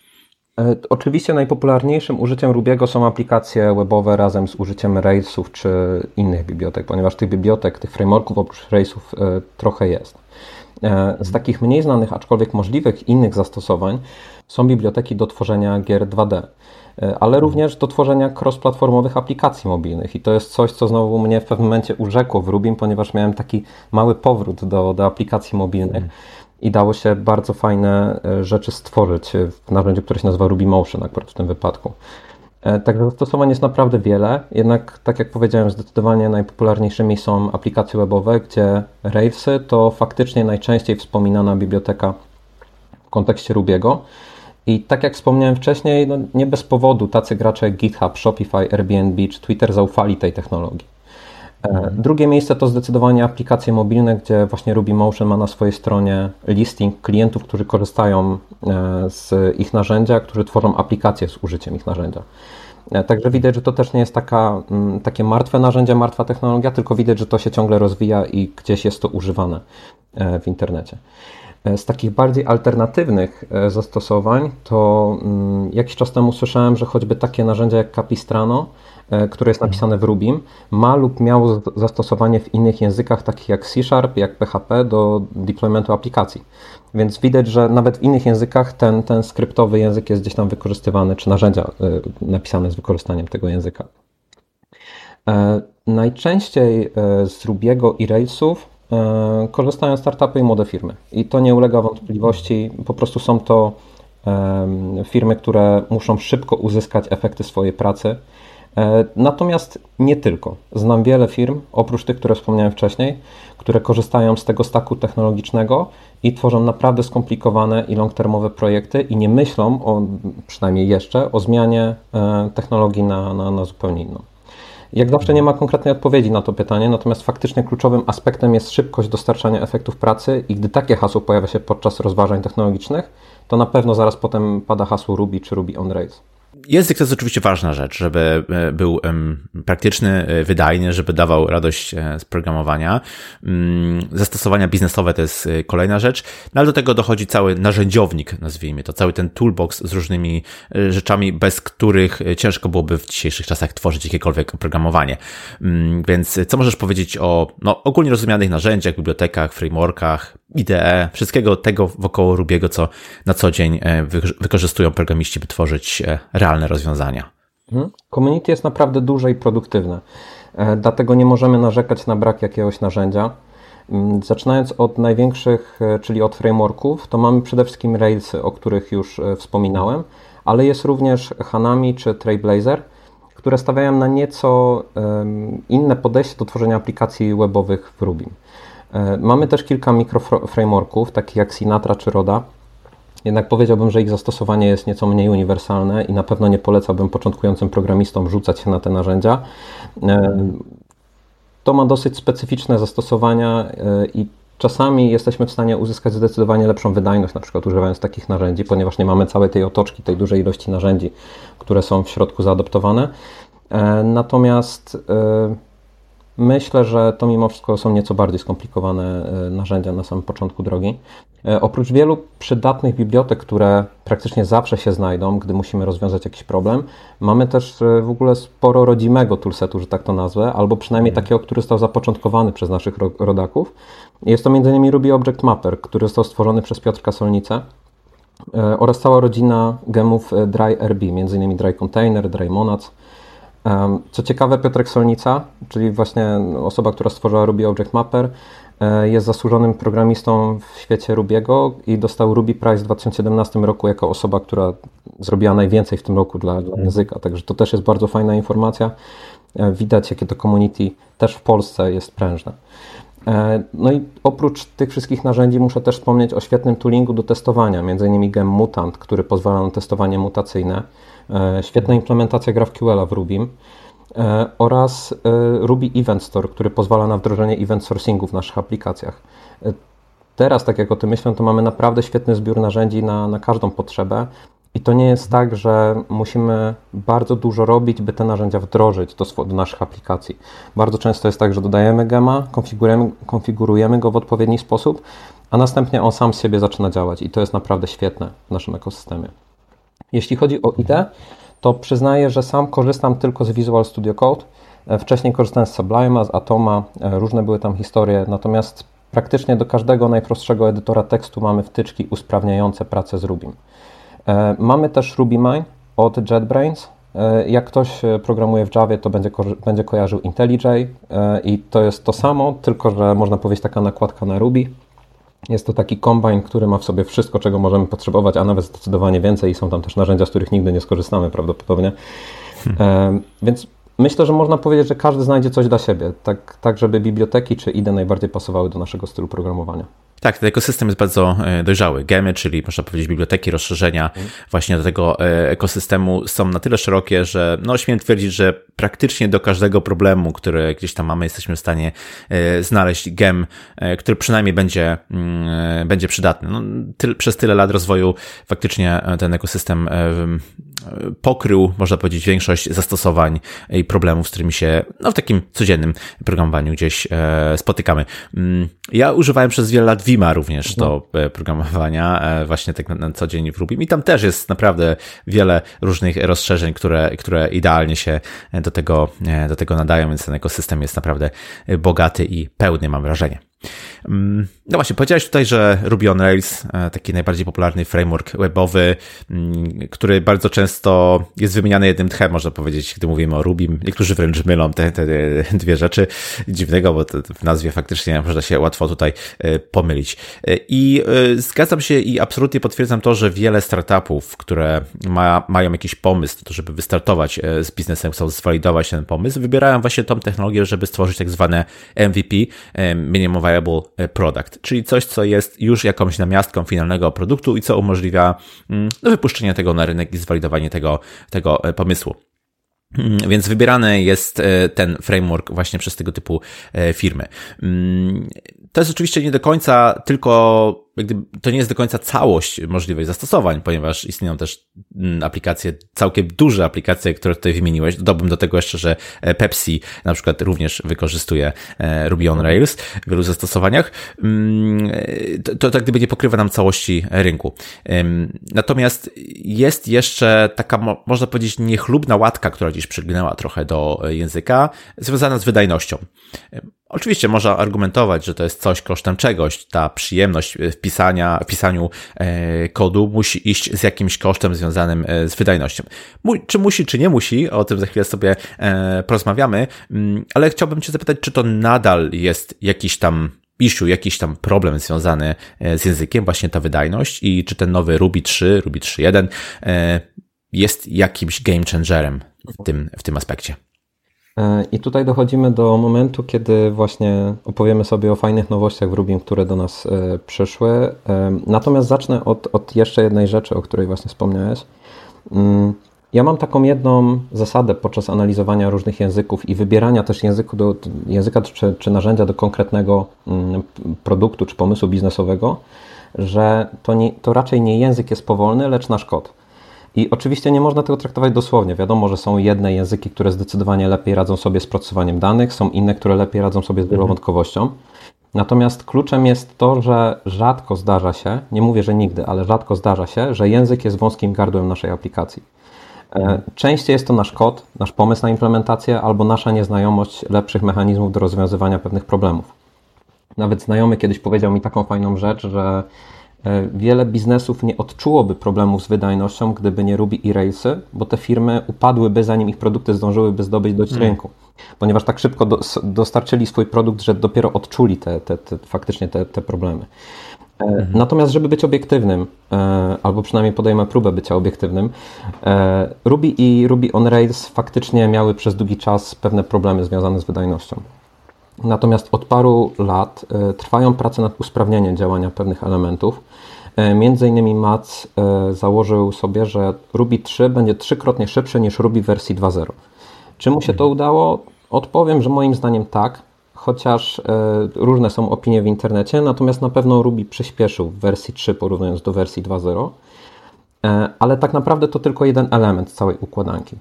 Oczywiście najpopularniejszym użyciem Rubiego są aplikacje webowe razem z użyciem Railsów czy innych bibliotek, ponieważ tych bibliotek, tych frameworków oprócz Railsów trochę jest. Z takich mniej znanych, aczkolwiek możliwych innych zastosowań są biblioteki do tworzenia gier 2D, ale również do tworzenia cross-platformowych aplikacji mobilnych. I to jest coś, co znowu mnie w pewnym momencie urzekło w Rubim, ponieważ miałem taki mały powrót do aplikacji mobilnych i dało się bardzo fajne rzeczy stworzyć w narzędziu, które się nazywa Ruby Motion akurat w tym wypadku. Także zastosowań jest naprawdę wiele, jednak tak jak powiedziałem, zdecydowanie najpopularniejszymi są aplikacje webowe, gdzie Railsy to faktycznie najczęściej wspominana biblioteka w kontekście Rubiego. I tak jak wspomniałem wcześniej, no nie bez powodu tacy gracze jak GitHub, Shopify, Airbnb czy Twitter zaufali tej technologii. Drugie miejsce to zdecydowanie aplikacje mobilne, gdzie właśnie Ruby Motion ma na swojej stronie listing klientów, którzy korzystają z ich narzędzia, którzy tworzą aplikacje z użyciem ich narzędzia. Także widać, że to też nie jest takie martwe narzędzie, martwa technologia, tylko widać, że to się ciągle rozwija i gdzieś jest to używane w internecie. Z takich bardziej alternatywnych zastosowań to jakiś czas temu słyszałem, że choćby takie narzędzia jak Capistrano, które jest napisane w Rubim, ma lub miało zastosowanie w innych językach, takich jak C#, jak PHP, do deploymentu aplikacji. Więc widać, że nawet w innych językach ten skryptowy język jest gdzieś tam wykorzystywany, czy narzędzia napisane z wykorzystaniem tego języka. Najczęściej z Rubiego i Railsów korzystają startupy i młode firmy. I to nie ulega wątpliwości, po prostu są to firmy, które muszą szybko uzyskać efekty swojej pracy. Natomiast nie tylko. Znam wiele firm, oprócz tych, które wspomniałem wcześniej, które korzystają z tego stacku technologicznego i tworzą naprawdę skomplikowane i long-termowe projekty i nie myślą, przynajmniej jeszcze, o zmianie technologii na zupełnie inną. Jak zawsze nie ma konkretnej odpowiedzi na to pytanie, natomiast faktycznie kluczowym aspektem jest szybkość dostarczania efektów pracy i gdy takie hasło pojawia się podczas rozważań technologicznych, to na pewno zaraz potem pada hasło Ruby czy Ruby on Rails. Język to jest oczywiście ważna rzecz, żeby był praktyczny, wydajny, żeby dawał radość z programowania. Zastosowania biznesowe to jest kolejna rzecz, no ale do tego dochodzi cały narzędziownik, nazwijmy to, cały ten toolbox z różnymi rzeczami, bez których ciężko byłoby w dzisiejszych czasach tworzyć jakiekolwiek oprogramowanie. Więc co możesz powiedzieć o ogólnie rozumianych narzędziach, bibliotekach, frameworkach, IDE, wszystkiego tego wokoło Rubiego, co na co dzień wykorzystują programiści, by tworzyć realne rozwiązania. Community jest naprawdę duże i produktywne, dlatego nie możemy narzekać na brak jakiegoś narzędzia. Zaczynając od największych, czyli od frameworków, to mamy przede wszystkim Railsy, o których już wspominałem, ale jest również Hanami czy Trailblazer, które stawiają na nieco inne podejście do tworzenia aplikacji webowych w Rubim. Mamy też kilka mikroframeworków, takich jak Sinatra czy Roda, jednak powiedziałbym, że ich zastosowanie jest nieco mniej uniwersalne i na pewno nie polecałbym początkującym programistom rzucać się na te narzędzia. To ma dosyć specyficzne zastosowania i czasami jesteśmy w stanie uzyskać zdecydowanie lepszą wydajność, na przykład używając takich narzędzi, ponieważ nie mamy całej tej otoczki, tej dużej ilości narzędzi, które są w środku zaadoptowane. Natomiast myślę, że to mimo wszystko są nieco bardziej skomplikowane narzędzia na samym początku drogi. Oprócz wielu przydatnych bibliotek, które praktycznie zawsze się znajdą, gdy musimy rozwiązać jakiś problem, mamy też w ogóle sporo rodzimego toolsetu, że tak to nazwę, albo przynajmniej takiego, który został zapoczątkowany przez naszych rodaków. Jest to m.in. Ruby Object Mapper, który został stworzony przez Piotrka Solnicę oraz cała rodzina gemów Dry-RB, m.in. Dry Container, Dry Monads. Co ciekawe, Piotrek Solnica, czyli właśnie osoba, która stworzyła Ruby Object Mapper, jest zasłużonym programistą w świecie Rubiego i dostał Ruby Prize w 2017 roku jako osoba, która zrobiła najwięcej w tym roku dla języka. Także to też jest bardzo fajna informacja. Widać, jakie to community też w Polsce jest prężne. No i oprócz tych wszystkich narzędzi muszę też wspomnieć o świetnym toolingu do testowania, m.in. Gem Mutant, który pozwala na testowanie mutacyjne, świetna implementacja GraphQL w Rubim oraz Ruby Event Store, który pozwala na wdrożenie event sourcingu w naszych aplikacjach. Teraz, tak jak o tym myślę, to mamy naprawdę świetny zbiór narzędzi na każdą potrzebę i to nie jest tak, że musimy bardzo dużo robić, by te narzędzia wdrożyć do naszych aplikacji. Bardzo często jest tak, że dodajemy gema, konfigurujemy go w odpowiedni sposób, a następnie on sam z siebie zaczyna działać i to jest naprawdę świetne w naszym ekosystemie. Jeśli chodzi o IDE, to przyznaję, że sam korzystam tylko z Visual Studio Code. Wcześniej korzystałem z Sublime'a, z Atoma, różne były tam historie, natomiast praktycznie do każdego najprostszego edytora tekstu mamy wtyczki usprawniające pracę z Rubim. Mamy też RubyMine od JetBrains. Jak ktoś programuje w Javie, to będzie kojarzył IntelliJ i to jest to samo, tylko że można powiedzieć taka nakładka na Ruby. Jest to taki kombine, który ma w sobie wszystko, czego możemy potrzebować, a nawet zdecydowanie więcej i są tam też narzędzia, z których nigdy nie skorzystamy prawdopodobnie. Więc myślę, że można powiedzieć, że każdy znajdzie coś dla siebie, tak żeby biblioteki czy IDE najbardziej pasowały do naszego stylu programowania. Tak, ten ekosystem jest bardzo dojrzały. Gemy, czyli można powiedzieć biblioteki, rozszerzenia właśnie do tego ekosystemu są na tyle szerokie, że śmiem twierdzić, że praktycznie do każdego problemu, który gdzieś tam mamy, jesteśmy w stanie znaleźć gem, który przynajmniej będzie przydatny. Przez tyle lat rozwoju faktycznie ten ekosystem pokrył, można powiedzieć, większość zastosowań i problemów, z którymi się w takim codziennym programowaniu gdzieś spotykamy. Ja używałem przez wiele lat Vima również do programowania, właśnie tak na co dzień w Ruby. I tam też jest naprawdę wiele różnych rozszerzeń, które idealnie się do tego nadają, więc ten ekosystem jest naprawdę bogaty i pełny, mam wrażenie. No właśnie, powiedziałeś tutaj, że Ruby on Rails, taki najbardziej popularny framework webowy, który bardzo często jest wymieniany jednym tchem, można powiedzieć, gdy mówimy o Ruby. Niektórzy wręcz mylą te dwie rzeczy. Dziwnego, bo w nazwie faktycznie można się łatwo tutaj pomylić. I zgadzam się i absolutnie potwierdzam to, że wiele startupów, które mają jakiś pomysł, to żeby wystartować z biznesem, chcą zwalidować ten pomysł, wybierają właśnie tą technologię, żeby stworzyć tak zwane MVP, Minimum Viable Product, czyli coś, co jest już jakąś namiastką finalnego produktu i co umożliwia wypuszczenie tego na rynek i zwalidowanie tego pomysłu. Więc wybierany jest ten framework właśnie przez tego typu firmy. To jest oczywiście nie do końca to nie jest do końca całość możliwych zastosowań, ponieważ istnieją też aplikacje, całkiem duże aplikacje, które tutaj wymieniłeś. Dodałbym do tego jeszcze, że Pepsi na przykład również wykorzystuje Ruby on Rails w wielu zastosowaniach. To tak gdyby nie pokrywa nam całości rynku. Natomiast jest jeszcze taka, można powiedzieć, niechlubna łatka, która gdzieś przygnęła trochę do języka, związana z wydajnością. Oczywiście można argumentować, że to jest coś kosztem czegoś. Ta przyjemność w pisaniu kodu musi iść z jakimś kosztem związanym z wydajnością. Czy musi, czy nie musi, o tym za chwilę sobie porozmawiamy, ale chciałbym Cię zapytać, czy to nadal jest jakiś tam issue, jakiś tam problem związany z językiem, właśnie ta wydajność i czy ten nowy Ruby 3, Ruby 3.1 jest jakimś game changerem w tym aspekcie. I tutaj dochodzimy do momentu, kiedy właśnie opowiemy sobie o fajnych nowościach w Rubim, które do nas przyszły. Natomiast zacznę od jeszcze jednej rzeczy, o której właśnie wspomniałeś. Ja mam taką jedną zasadę podczas analizowania różnych języków i wybierania też języka czy narzędzia do konkretnego produktu czy pomysłu biznesowego, że to raczej nie język jest powolny, lecz nasz kod. I oczywiście nie można tego traktować dosłownie. Wiadomo, że są jedne języki, które zdecydowanie lepiej radzą sobie z procesowaniem danych, są inne, które lepiej radzą sobie z wielowątkowością. Natomiast kluczem jest to, że rzadko zdarza się, nie mówię, że nigdy, ale rzadko zdarza się, że język jest wąskim gardłem naszej aplikacji. Częściej jest to nasz kod, nasz pomysł na implementację albo nasza nieznajomość lepszych mechanizmów do rozwiązywania pewnych problemów. Nawet znajomy kiedyś powiedział mi taką fajną rzecz, że wiele biznesów nie odczułoby problemów z wydajnością, gdyby nie Ruby i Railsy, bo te firmy upadłyby, zanim ich produkty zdążyłyby zdobyć do rynku. Ponieważ tak szybko dostarczyli swój produkt, że dopiero odczuli faktycznie te problemy. Natomiast, żeby być obiektywnym, albo przynajmniej podejmę próbę bycia obiektywnym, Ruby i Ruby on Rails faktycznie miały przez długi czas pewne problemy związane z wydajnością. Natomiast od paru lat trwają prace nad usprawnieniem działania pewnych elementów. Między innymi Mats założył sobie, że Ruby 3 będzie 3-krotnie szybsze niż Ruby w wersji 2.0. Czy mu się to udało? Odpowiem, że moim zdaniem tak, chociaż różne są opinie w internecie, natomiast na pewno Ruby przyspieszył w wersji 3 porównując do wersji 2.0, ale tak naprawdę to tylko jeden element całej układanki.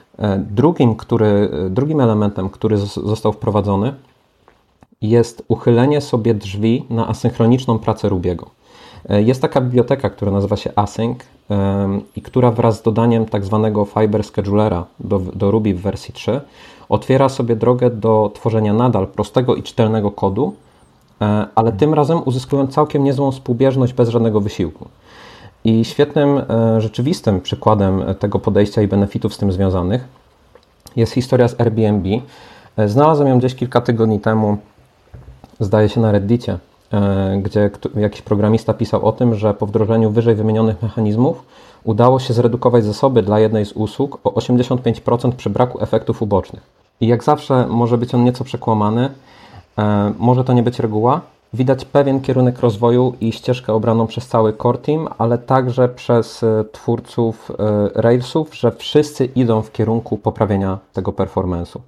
Drugim elementem, który został wprowadzony, jest uchylenie sobie drzwi na asynchroniczną pracę Rubiego. Jest taka biblioteka, która nazywa się Async i która wraz z dodaniem tak zwanego Fiber Schedulera do Ruby w wersji 3 otwiera sobie drogę do tworzenia nadal prostego i czytelnego kodu, ale tym razem uzyskując całkiem niezłą współbieżność bez żadnego wysiłku. I świetnym, rzeczywistym przykładem tego podejścia i benefitów z tym związanych jest historia z Airbnb. Znalazłem ją gdzieś kilka tygodni temu, zdaje się na Reddicie, gdzie jakiś programista pisał o tym, że po wdrożeniu wyżej wymienionych mechanizmów udało się zredukować zasoby dla jednej z usług o 85% przy braku efektów ubocznych. I jak zawsze może być on nieco przekłamany, może to nie być reguła. Widać pewien kierunek rozwoju i ścieżkę obraną przez cały core team, ale także przez twórców Railsów, że wszyscy idą w kierunku poprawienia tego performance'u.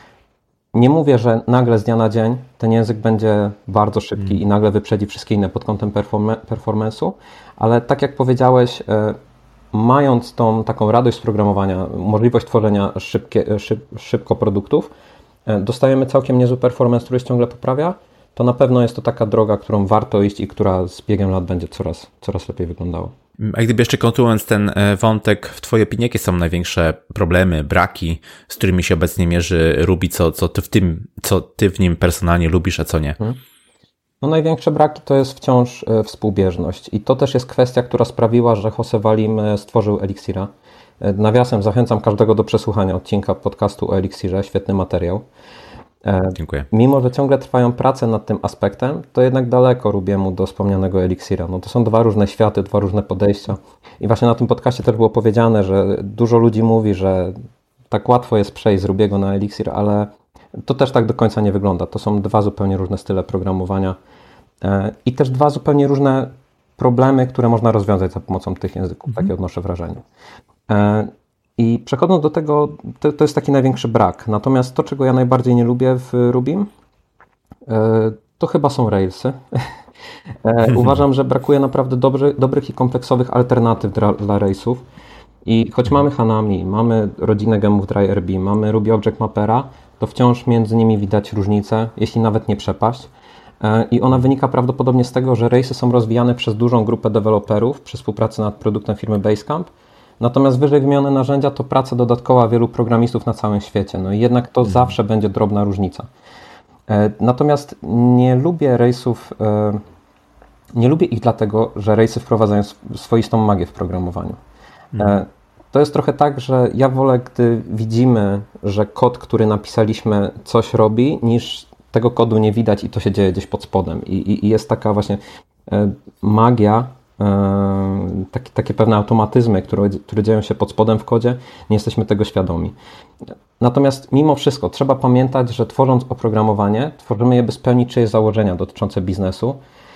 Nie mówię, że nagle z dnia na dzień ten język będzie bardzo szybki i nagle wyprzedzi wszystkie inne pod kątem performance'u, ale tak jak powiedziałeś, mając tą taką radość z programowania, możliwość tworzenia szybko produktów, dostajemy całkiem niezły performance, który się ciągle poprawia, to na pewno jest to taka droga, którą warto iść i która z biegiem lat będzie coraz lepiej wyglądała. A gdyby jeszcze kontynuując ten wątek, w twojej opinii, jakie są największe problemy, braki, z którymi się obecnie mierzy Ruby, co ty w nim personalnie lubisz, a co nie? No największe braki to jest wciąż współbieżność i to też jest kwestia, która sprawiła, że Jose Valim stworzył Elixira. Nawiasem zachęcam każdego do przesłuchania odcinka podcastu o Elixirze, świetny materiał. Dziękuję. Mimo, że ciągle trwają prace nad tym aspektem, to jednak daleko Rubiemu do wspomnianego Elixira. No to są dwa różne światy, dwa różne podejścia. I właśnie na tym podcaście też było powiedziane, że dużo ludzi mówi, że tak łatwo jest przejść z Rubiego na Elixir, ale to też tak do końca nie wygląda. To są dwa zupełnie różne style programowania i też dwa zupełnie różne problemy, które można rozwiązać za pomocą tych języków. Takie odnoszę wrażenie. I przechodząc do tego, to jest taki największy brak. Natomiast to, czego ja najbardziej nie lubię w Rubim, to chyba są Railsy. Uważam, że brakuje naprawdę dobrych i kompleksowych alternatyw dla Railsów. I choć mamy Hanami, mamy rodzinę gemów DryRB, mamy Ruby Object Mappera, to wciąż między nimi widać różnicę, jeśli nawet nie przepaść. I ona wynika prawdopodobnie z tego, że Railsy są rozwijane przez dużą grupę deweloperów przy współpracy nad produktem firmy Basecamp. Natomiast wyżej wymienione narzędzia to praca dodatkowa wielu programistów na całym świecie. No i jednak to zawsze będzie drobna różnica. Natomiast nie lubię Railsów, nie lubię ich dlatego, że Railsy wprowadzają swoistą magię w programowaniu. To jest trochę tak, że ja wolę, gdy widzimy, że kod, który napisaliśmy, coś robi, niż tego kodu nie widać i to się dzieje gdzieś pod spodem. I jest taka właśnie magia, takie pewne automatyzmy, które dzieją się pod spodem w kodzie, nie jesteśmy tego świadomi. Natomiast mimo wszystko trzeba pamiętać, że tworząc oprogramowanie, tworzymy je, by spełnić czyjeś założenia dotyczące biznesu.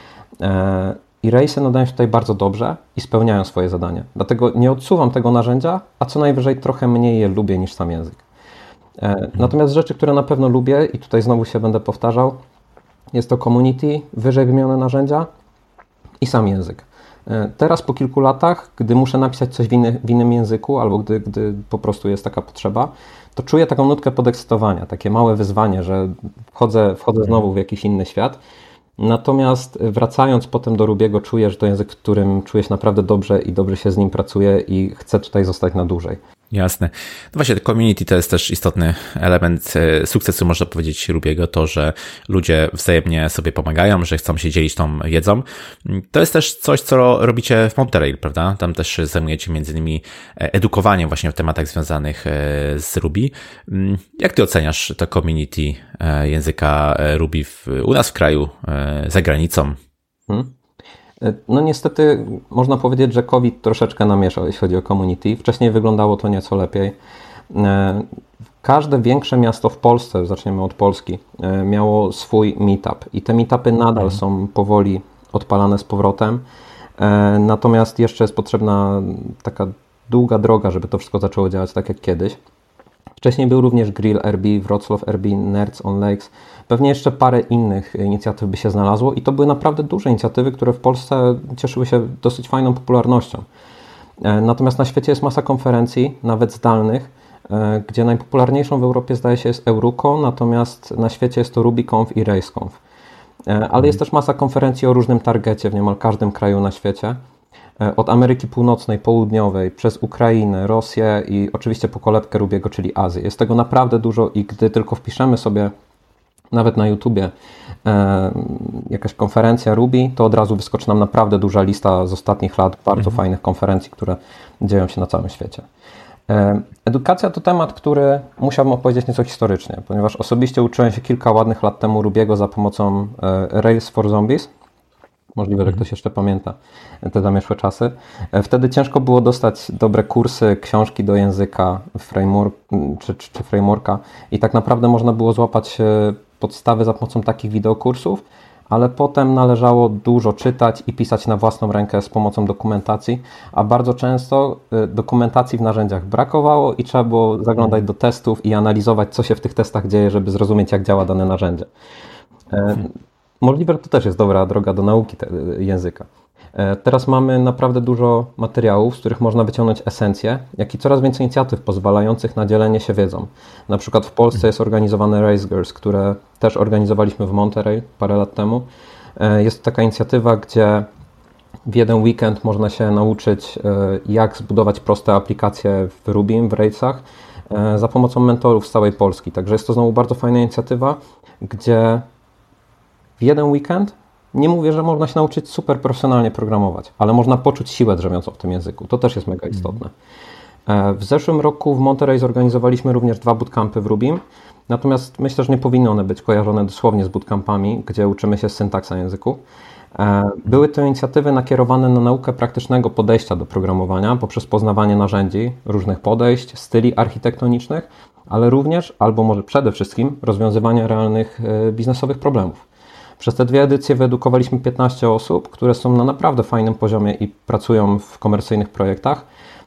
I Railsy nadają się tutaj bardzo dobrze i spełniają swoje zadanie. Dlatego nie odsuwam tego narzędzia, a co najwyżej trochę mniej je lubię niż sam język. Natomiast rzeczy, które na pewno lubię i tutaj znowu się będę powtarzał, jest to community, wyżej wymienione narzędzia i sam język. Teraz po kilku latach, gdy muszę napisać coś w innym języku albo gdy po prostu jest taka potrzeba, to czuję taką nutkę podekscytowania, takie małe wyzwanie, że wchodzę znowu w jakiś inny świat. Natomiast wracając potem do Rubiego, czuję, że to język, w którym czuję się naprawdę dobrze i dobrze się z nim pracuje i chcę tutaj zostać na dłużej. Jasne. No właśnie, community to jest też istotny element sukcesu, można powiedzieć, Rubiego, to, że ludzie wzajemnie sobie pomagają, że chcą się dzielić tą wiedzą. To jest też coś, co robicie w Monterey, prawda? Tam też zajmujecie między innymi edukowaniem właśnie w tematach związanych z Ruby. Jak ty oceniasz to community języka Ruby u nas w kraju, za granicą? No niestety można powiedzieć, że COVID troszeczkę namieszał, jeśli chodzi o community. Wcześniej wyglądało to nieco lepiej. Każde większe miasto w Polsce, zaczniemy od Polski, miało swój meetup i te meetupy nadal są powoli odpalane z powrotem. Natomiast jeszcze jest potrzebna taka długa droga, żeby to wszystko zaczęło działać tak jak kiedyś. Wcześniej był również Grill RB, Wrocław RB, Nerds on Lakes. Pewnie jeszcze parę innych inicjatyw by się znalazło i to były naprawdę duże inicjatywy, które w Polsce cieszyły się dosyć fajną popularnością. Natomiast na świecie jest masa konferencji, nawet zdalnych, gdzie najpopularniejszą w Europie zdaje się jest Euruco, natomiast na świecie jest to RubyConf i RaceConf. ale jest też masa konferencji o różnym targecie w niemal każdym kraju na świecie. Od Ameryki Północnej, Południowej, przez Ukrainę, Rosję i oczywiście po kolebkę Rubiego, czyli Azję. Jest tego naprawdę dużo i gdy tylko wpiszemy sobie nawet na YouTubie jakaś konferencja Ruby, to od razu wyskoczy nam naprawdę duża lista z ostatnich lat bardzo fajnych konferencji, które dzieją się na całym świecie. Edukacja to temat, który musiałbym opowiedzieć nieco historycznie, ponieważ osobiście uczyłem się kilka ładnych lat temu Rubiego za pomocą Rails for Zombies. Możliwe, że ktoś jeszcze pamięta te zamieszłe czasy. Wtedy ciężko było dostać dobre kursy, książki do języka, czy frameworka i tak naprawdę można było złapać podstawy za pomocą takich wideokursów, ale potem należało dużo czytać i pisać na własną rękę z pomocą dokumentacji, a bardzo często dokumentacji w narzędziach brakowało i trzeba było zaglądać do testów i analizować, co się w tych testach dzieje, żeby zrozumieć, jak działa dane narzędzie. Możliwe, że to też jest dobra droga do nauki języka. Teraz mamy naprawdę dużo materiałów, z których można wyciągnąć esencję, jak i coraz więcej inicjatyw pozwalających na dzielenie się wiedzą. Na przykład w Polsce jest organizowane Rails Girls, które też organizowaliśmy w Monterey parę lat temu. Jest to taka inicjatywa, gdzie w jeden weekend można się nauczyć, jak zbudować proste aplikacje w Ruby, w Railsach, za pomocą mentorów z całej Polski. Także jest to znowu bardzo fajna inicjatywa, gdzie w jeden weekend nie mówię, że można się nauczyć super profesjonalnie programować, ale można poczuć siłę drzemiącą w tym języku. To też jest mega istotne. W zeszłym roku w Monterey zorganizowaliśmy również 2 bootcampy w Rubim, natomiast myślę, że nie powinny one być kojarzone dosłownie z bootcampami, gdzie uczymy się z syntaksa języku. Były to inicjatywy nakierowane na naukę praktycznego podejścia do programowania poprzez poznawanie narzędzi, różnych podejść, styli architektonicznych, ale również, albo może przede wszystkim, rozwiązywania realnych biznesowych problemów. Przez te 2 edycje wyedukowaliśmy 15 osób, które są na naprawdę fajnym poziomie i pracują w komercyjnych projektach.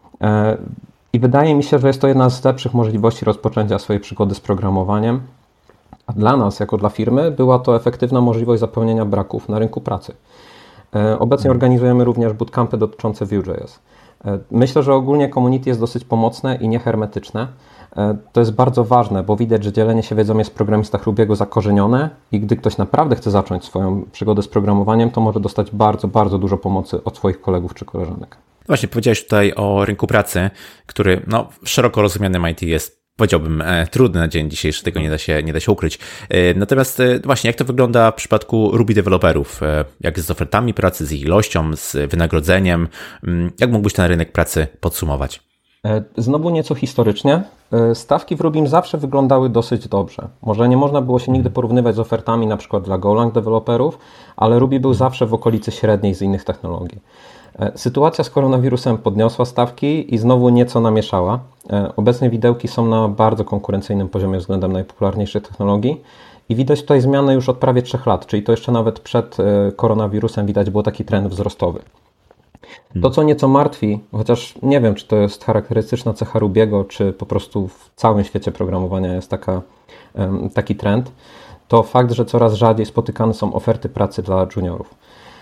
I wydaje mi się, że jest to jedna z lepszych możliwości rozpoczęcia swojej przygody z programowaniem. A dla nas, jako dla firmy, była to efektywna możliwość zapełnienia braków na rynku pracy. Obecnie organizujemy również bootcampy dotyczące Vue.js. Myślę, że ogólnie community jest dosyć pomocne i niehermetyczne. To jest bardzo ważne, bo widać, że dzielenie się wiedzą jest w programistach Rubiego zakorzenione i gdy ktoś naprawdę chce zacząć swoją przygodę z programowaniem, to może dostać bardzo, bardzo dużo pomocy od swoich kolegów czy koleżanek. Właśnie, powiedziałeś tutaj o rynku pracy, który w szeroko rozumianym IT jest, powiedziałbym, trudny na dzień dzisiejszy, tego nie da się ukryć. Natomiast właśnie, jak to wygląda w przypadku Ruby deweloperów? Jak z ofertami pracy, z ich ilością, z wynagrodzeniem? Jak mógłbyś ten rynek pracy podsumować? Znowu nieco historycznie. Stawki w Rubim zawsze wyglądały dosyć dobrze. Może nie można było się nigdy porównywać z ofertami na przykład dla Golang deweloperów, ale Ruby był zawsze w okolicy średniej z innych technologii. Sytuacja z koronawirusem podniosła stawki i znowu nieco namieszała. Obecnie widełki są na bardzo konkurencyjnym poziomie względem najpopularniejszych technologii i widać tutaj zmianę już od prawie 3 lat, czyli to jeszcze nawet przed koronawirusem widać było taki trend wzrostowy. To, co nieco martwi, chociaż nie wiem, czy to jest charakterystyczna cecha Rubiego, czy po prostu w całym świecie programowania jest taki trend, to fakt, że coraz rzadziej spotykane są oferty pracy dla juniorów.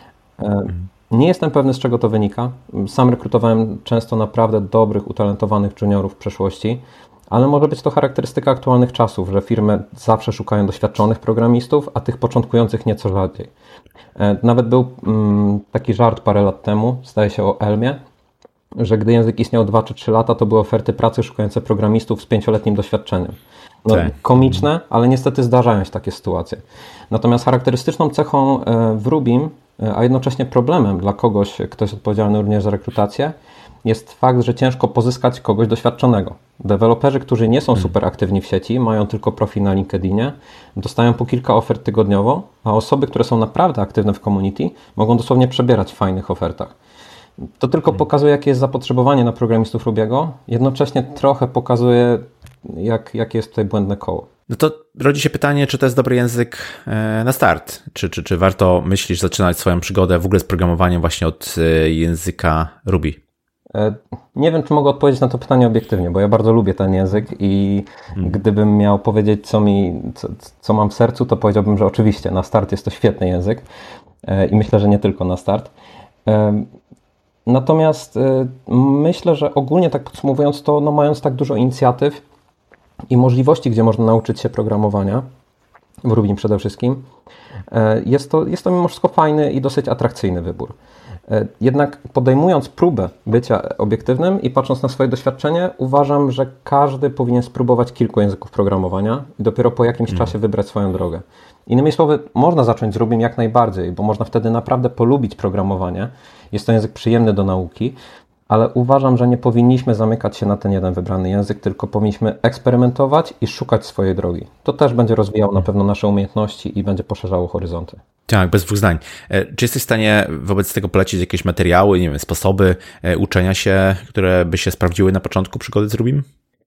Nie jestem pewny, z czego to wynika. Sam rekrutowałem często naprawdę dobrych, utalentowanych juniorów w przeszłości, ale może być to charakterystyka aktualnych czasów, że firmy zawsze szukają doświadczonych programistów, a tych początkujących nieco rzadziej. Nawet był taki żart parę lat temu, zdaje się o Elmie, że gdy język istniał 2 czy 3 lata, to były oferty pracy szukające programistów z 5-letnim doświadczeniem. Komiczne, ale niestety zdarzają się takie sytuacje. Natomiast charakterystyczną cechą w Rubim, a jednocześnie problemem dla kogoś, kto jest odpowiedzialny również za rekrutację, jest fakt, że ciężko pozyskać kogoś doświadczonego. Deweloperzy, którzy nie są super aktywni w sieci, mają tylko profil na LinkedInie, dostają po kilka ofert tygodniowo, a osoby, które są naprawdę aktywne w community, mogą dosłownie przebierać w fajnych ofertach. To tylko pokazuje, jakie jest zapotrzebowanie na programistów Rubiego, jednocześnie trochę pokazuje, jakie jest tutaj błędne koło. No to rodzi się pytanie, czy to jest dobry język na start? Czy warto, myślisz, zaczynać swoją przygodę w ogóle z programowaniem właśnie od języka Ruby? Nie wiem, czy mogę odpowiedzieć na to pytanie obiektywnie, bo ja bardzo lubię ten język i gdybym miał powiedzieć, co mam w sercu, to powiedziałbym, że oczywiście na start jest to świetny język i myślę, że nie tylko na start. Natomiast myślę, że ogólnie tak podsumowując to, mając tak dużo inicjatyw i możliwości, gdzie można nauczyć się programowania, w Rubim przede wszystkim. Jest to mimo wszystko fajny i dosyć atrakcyjny wybór. Jednak podejmując próbę bycia obiektywnym i patrząc na swoje doświadczenie, uważam, że każdy powinien spróbować kilku języków programowania i dopiero po jakimś czasie wybrać swoją drogę. Innymi słowy, można zacząć z Rubim jak najbardziej, bo można wtedy naprawdę polubić programowanie. Jest to język przyjemny do nauki, ale uważam, że nie powinniśmy zamykać się na ten jeden wybrany język, tylko powinniśmy eksperymentować i szukać swojej drogi. To też będzie rozwijało na pewno nasze umiejętności i będzie poszerzało horyzonty. Tak, bez dwóch zdań. Czy jesteś w stanie wobec tego polecić jakieś materiały, nie wiem, sposoby uczenia się, które by się sprawdziły na początku przygody z Rubim?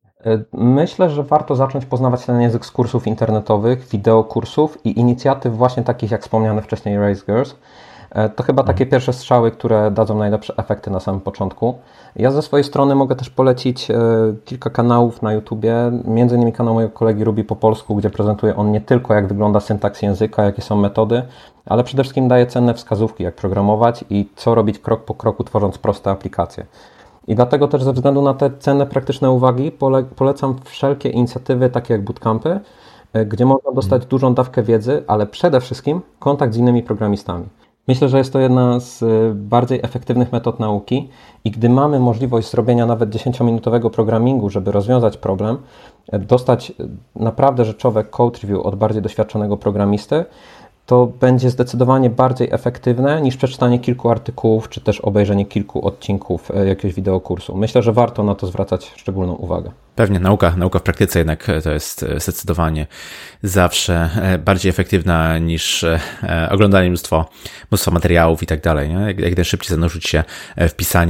Myślę, że warto zacząć poznawać ten język z kursów internetowych, wideokursów i inicjatyw właśnie takich jak wspomniane wcześniej Race Girls. To chyba takie pierwsze strzały, które dadzą najlepsze efekty na samym początku. Ja ze swojej strony mogę też polecić kilka kanałów na YouTubie, między innymi kanał mojego kolegi Ruby po polsku, gdzie prezentuje on nie tylko jak wygląda syntaks języka, jakie są metody, ale przede wszystkim daje cenne wskazówki, jak programować i co robić krok po kroku, tworząc proste aplikacje. I dlatego też ze względu na te cenne, praktyczne uwagi polecam wszelkie inicjatywy takie jak bootcampy, gdzie można dostać dużą dawkę wiedzy, ale przede wszystkim kontakt z innymi programistami. Myślę, że jest to jedna z bardziej efektywnych metod nauki i gdy mamy możliwość zrobienia nawet 10-minutowego programingu, żeby rozwiązać problem, dostać naprawdę rzeczowe code review od bardziej doświadczonego programisty, to będzie zdecydowanie bardziej efektywne niż przeczytanie kilku artykułów, czy też obejrzenie kilku odcinków jakiegoś wideokursu. Myślę, że warto na to zwracać szczególną uwagę. Pewnie, nauka w praktyce jednak to jest zdecydowanie zawsze bardziej efektywna niż oglądanie mnóstwa materiałów i tak dalej. Jak najszybciej zanurzyć się w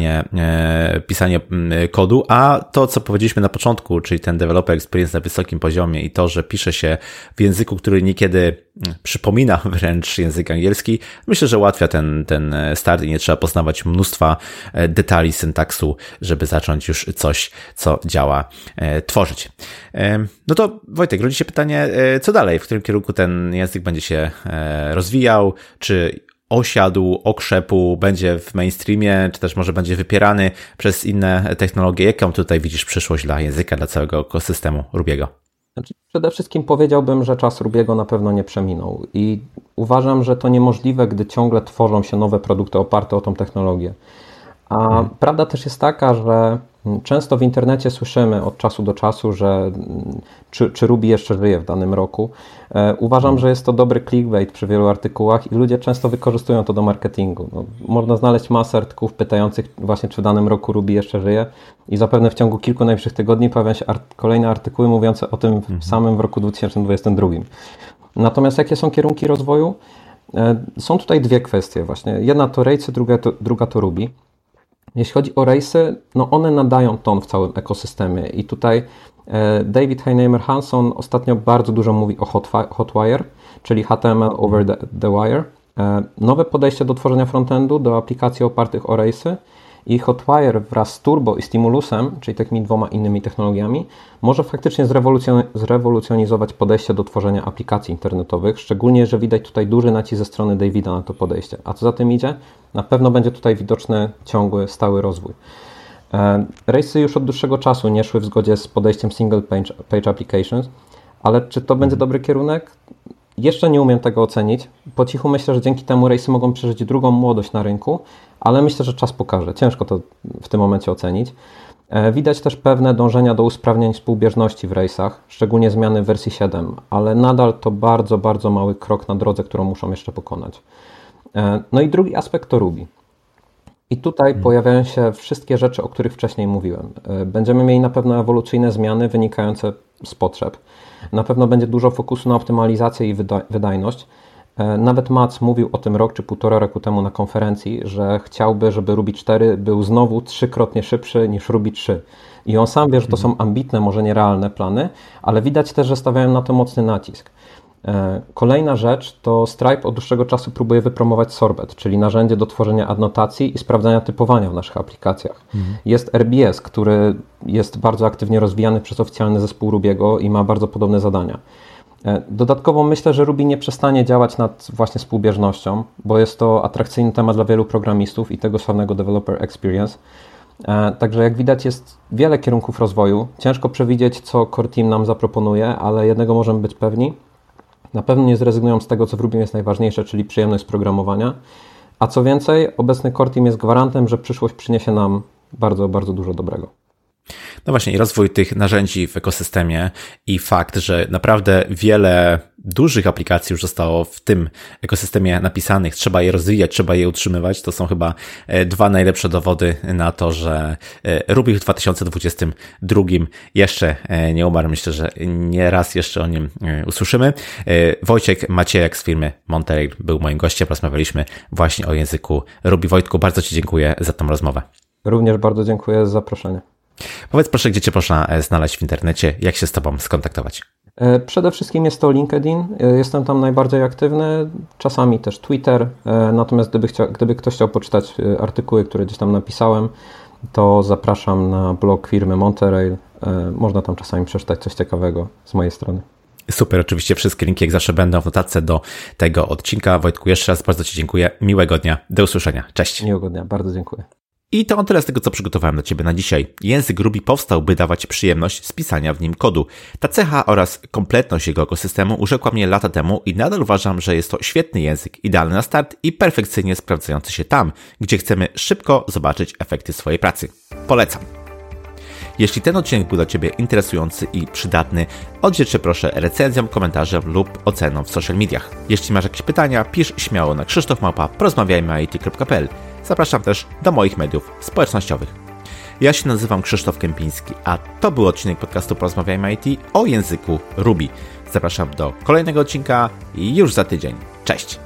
pisanie kodu, a to, co powiedzieliśmy na początku, czyli ten developer experience na wysokim poziomie i to, że pisze się w języku, który niekiedy przypomina wręcz język angielski, myślę, że ułatwia ten start i nie trzeba poznawać mnóstwa detali syntaksu, żeby zacząć już coś, co działa, tworzyć. No to Wojtek, rodzi się pytanie, co dalej? W którym kierunku ten język będzie się rozwijał? Czy osiadł, okrzepu, będzie w mainstreamie, czy też może będzie wypierany przez inne technologie? Jaką tutaj widzisz przyszłość dla języka, dla całego ekosystemu Rubiego? Przede wszystkim powiedziałbym, że czas Rubiego na pewno nie przeminął i uważam, że to niemożliwe, gdy ciągle tworzą się nowe produkty oparte o tą technologię. A prawda też jest taka, że często w internecie słyszymy od czasu do czasu, że czy Ruby jeszcze żyje w danym roku. Uważam, że jest to dobry clickbait przy wielu artykułach i ludzie często wykorzystują to do marketingu. No, można znaleźć masę artykułów pytających właśnie, czy w danym roku Ruby jeszcze żyje i zapewne w ciągu kilku najbliższych tygodni pojawią się kolejne artykuły mówiące o tym samym w roku 2022. Natomiast jakie są kierunki rozwoju? Są tutaj dwie kwestie właśnie. Jedna to Race, druga to Ruby. Jeśli chodzi o Race'y, no one nadają ton w całym ekosystemie i tutaj David Heinemeier Hansson ostatnio bardzo dużo mówi o Hotwire, czyli HTML over the wire. Nowe podejście do tworzenia frontendu, do aplikacji opartych o Race'y i Hotwire wraz z Turbo i Stimulusem, czyli takimi dwoma innymi technologiami, może faktycznie zrewolucjonizować podejście do tworzenia aplikacji internetowych, szczególnie, że widać tutaj duży nacisk ze strony Davida na to podejście. A co za tym idzie? Na pewno będzie tutaj widoczny ciągły, stały rozwój. Race'y już od dłuższego czasu nie szły w zgodzie z podejściem Single Page Applications, ale czy to będzie dobry kierunek? Jeszcze nie umiem tego ocenić. Po cichu myślę, że dzięki temu Race'y mogą przeżyć drugą młodość na rynku, ale myślę, że czas pokaże. Ciężko to w tym momencie ocenić. Widać też pewne dążenia do usprawnień współbieżności w Race'ach, szczególnie zmiany w wersji 7, ale nadal to bardzo, bardzo mały krok na drodze, którą muszą jeszcze pokonać. No i drugi aspekt to Ruby. I tutaj pojawiają się wszystkie rzeczy, o których wcześniej mówiłem. Będziemy mieli na pewno ewolucyjne zmiany wynikające z potrzeb. Na pewno będzie dużo fokusu na optymalizację i wydajność. Nawet Mats mówił o tym rok czy półtora roku temu na konferencji, że chciałby, żeby Ruby 4 był znowu 3-krotnie szybszy niż Ruby 3. I on sam wie, że to są ambitne, może nierealne plany, ale widać też, że stawiają na to mocny nacisk. Kolejna rzecz to Stripe od dłuższego czasu próbuje wypromować Sorbet, czyli narzędzie do tworzenia adnotacji i sprawdzania typowania w naszych aplikacjach. Jest RBS, który jest bardzo aktywnie rozwijany przez oficjalny zespół Rubiego i ma bardzo podobne zadania. Dodatkowo myślę, że Ruby nie przestanie działać nad właśnie współbieżnością, bo jest to atrakcyjny temat dla wielu programistów i tego sławnego developer experience. Także jak widać jest wiele kierunków rozwoju. Ciężko przewidzieć, co Core Team nam zaproponuje, ale jednego możemy być pewni. Na pewno nie zrezygnują z tego, co w Ruby jest najważniejsze, czyli przyjemność z programowania. A co więcej, obecny Core Team jest gwarantem, że przyszłość przyniesie nam bardzo, bardzo dużo dobrego. No właśnie, i rozwój tych narzędzi w ekosystemie i fakt, że naprawdę wiele dużych aplikacji już zostało w tym ekosystemie napisanych, trzeba je rozwijać, trzeba je utrzymywać, to są chyba dwa najlepsze dowody na to, że Ruby w 2022 jeszcze nie umarł. Myślę, że nie raz jeszcze o nim usłyszymy. Wojciech Maciejek z firmy Monterail był moim gościem, rozmawialiśmy właśnie o języku Ruby. Wojtku, bardzo Ci dziękuję za tą rozmowę. Również bardzo dziękuję za zaproszenie. Powiedz proszę, gdzie Cię można znaleźć w internecie, jak się z Tobą skontaktować? Przede wszystkim jest to LinkedIn, jestem tam najbardziej aktywny, czasami też Twitter, natomiast gdyby ktoś chciał poczytać artykuły, które gdzieś tam napisałem, to zapraszam na blog firmy Monterail, można tam czasami przeczytać coś ciekawego z mojej strony. Super, oczywiście wszystkie linki jak zawsze będą w notatce do tego odcinka. Wojtku, jeszcze raz bardzo Ci dziękuję, miłego dnia, do usłyszenia, cześć. Miłego dnia, bardzo dziękuję. I to tyle z tego, co przygotowałem dla Ciebie na dzisiaj. Język Ruby powstał, by dawać przyjemność z pisania w nim kodu. Ta cecha oraz kompletność jego ekosystemu urzekła mnie lata temu i nadal uważam, że jest to świetny język, idealny na start i perfekcyjnie sprawdzający się tam, gdzie chcemy szybko zobaczyć efekty swojej pracy. Polecam. Jeśli ten odcinek był dla Ciebie interesujący i przydatny, oddzielcie proszę recenzją, komentarzem lub oceną w social mediach. Jeśli masz jakieś pytania, pisz śmiało na krzysztof@porozmawiajmy.it.pl. Zapraszam też do moich mediów społecznościowych. Ja się nazywam Krzysztof Kępiński, a to był odcinek podcastu Porozmawiajmy IT o języku Ruby. Zapraszam do kolejnego odcinka już za tydzień. Cześć!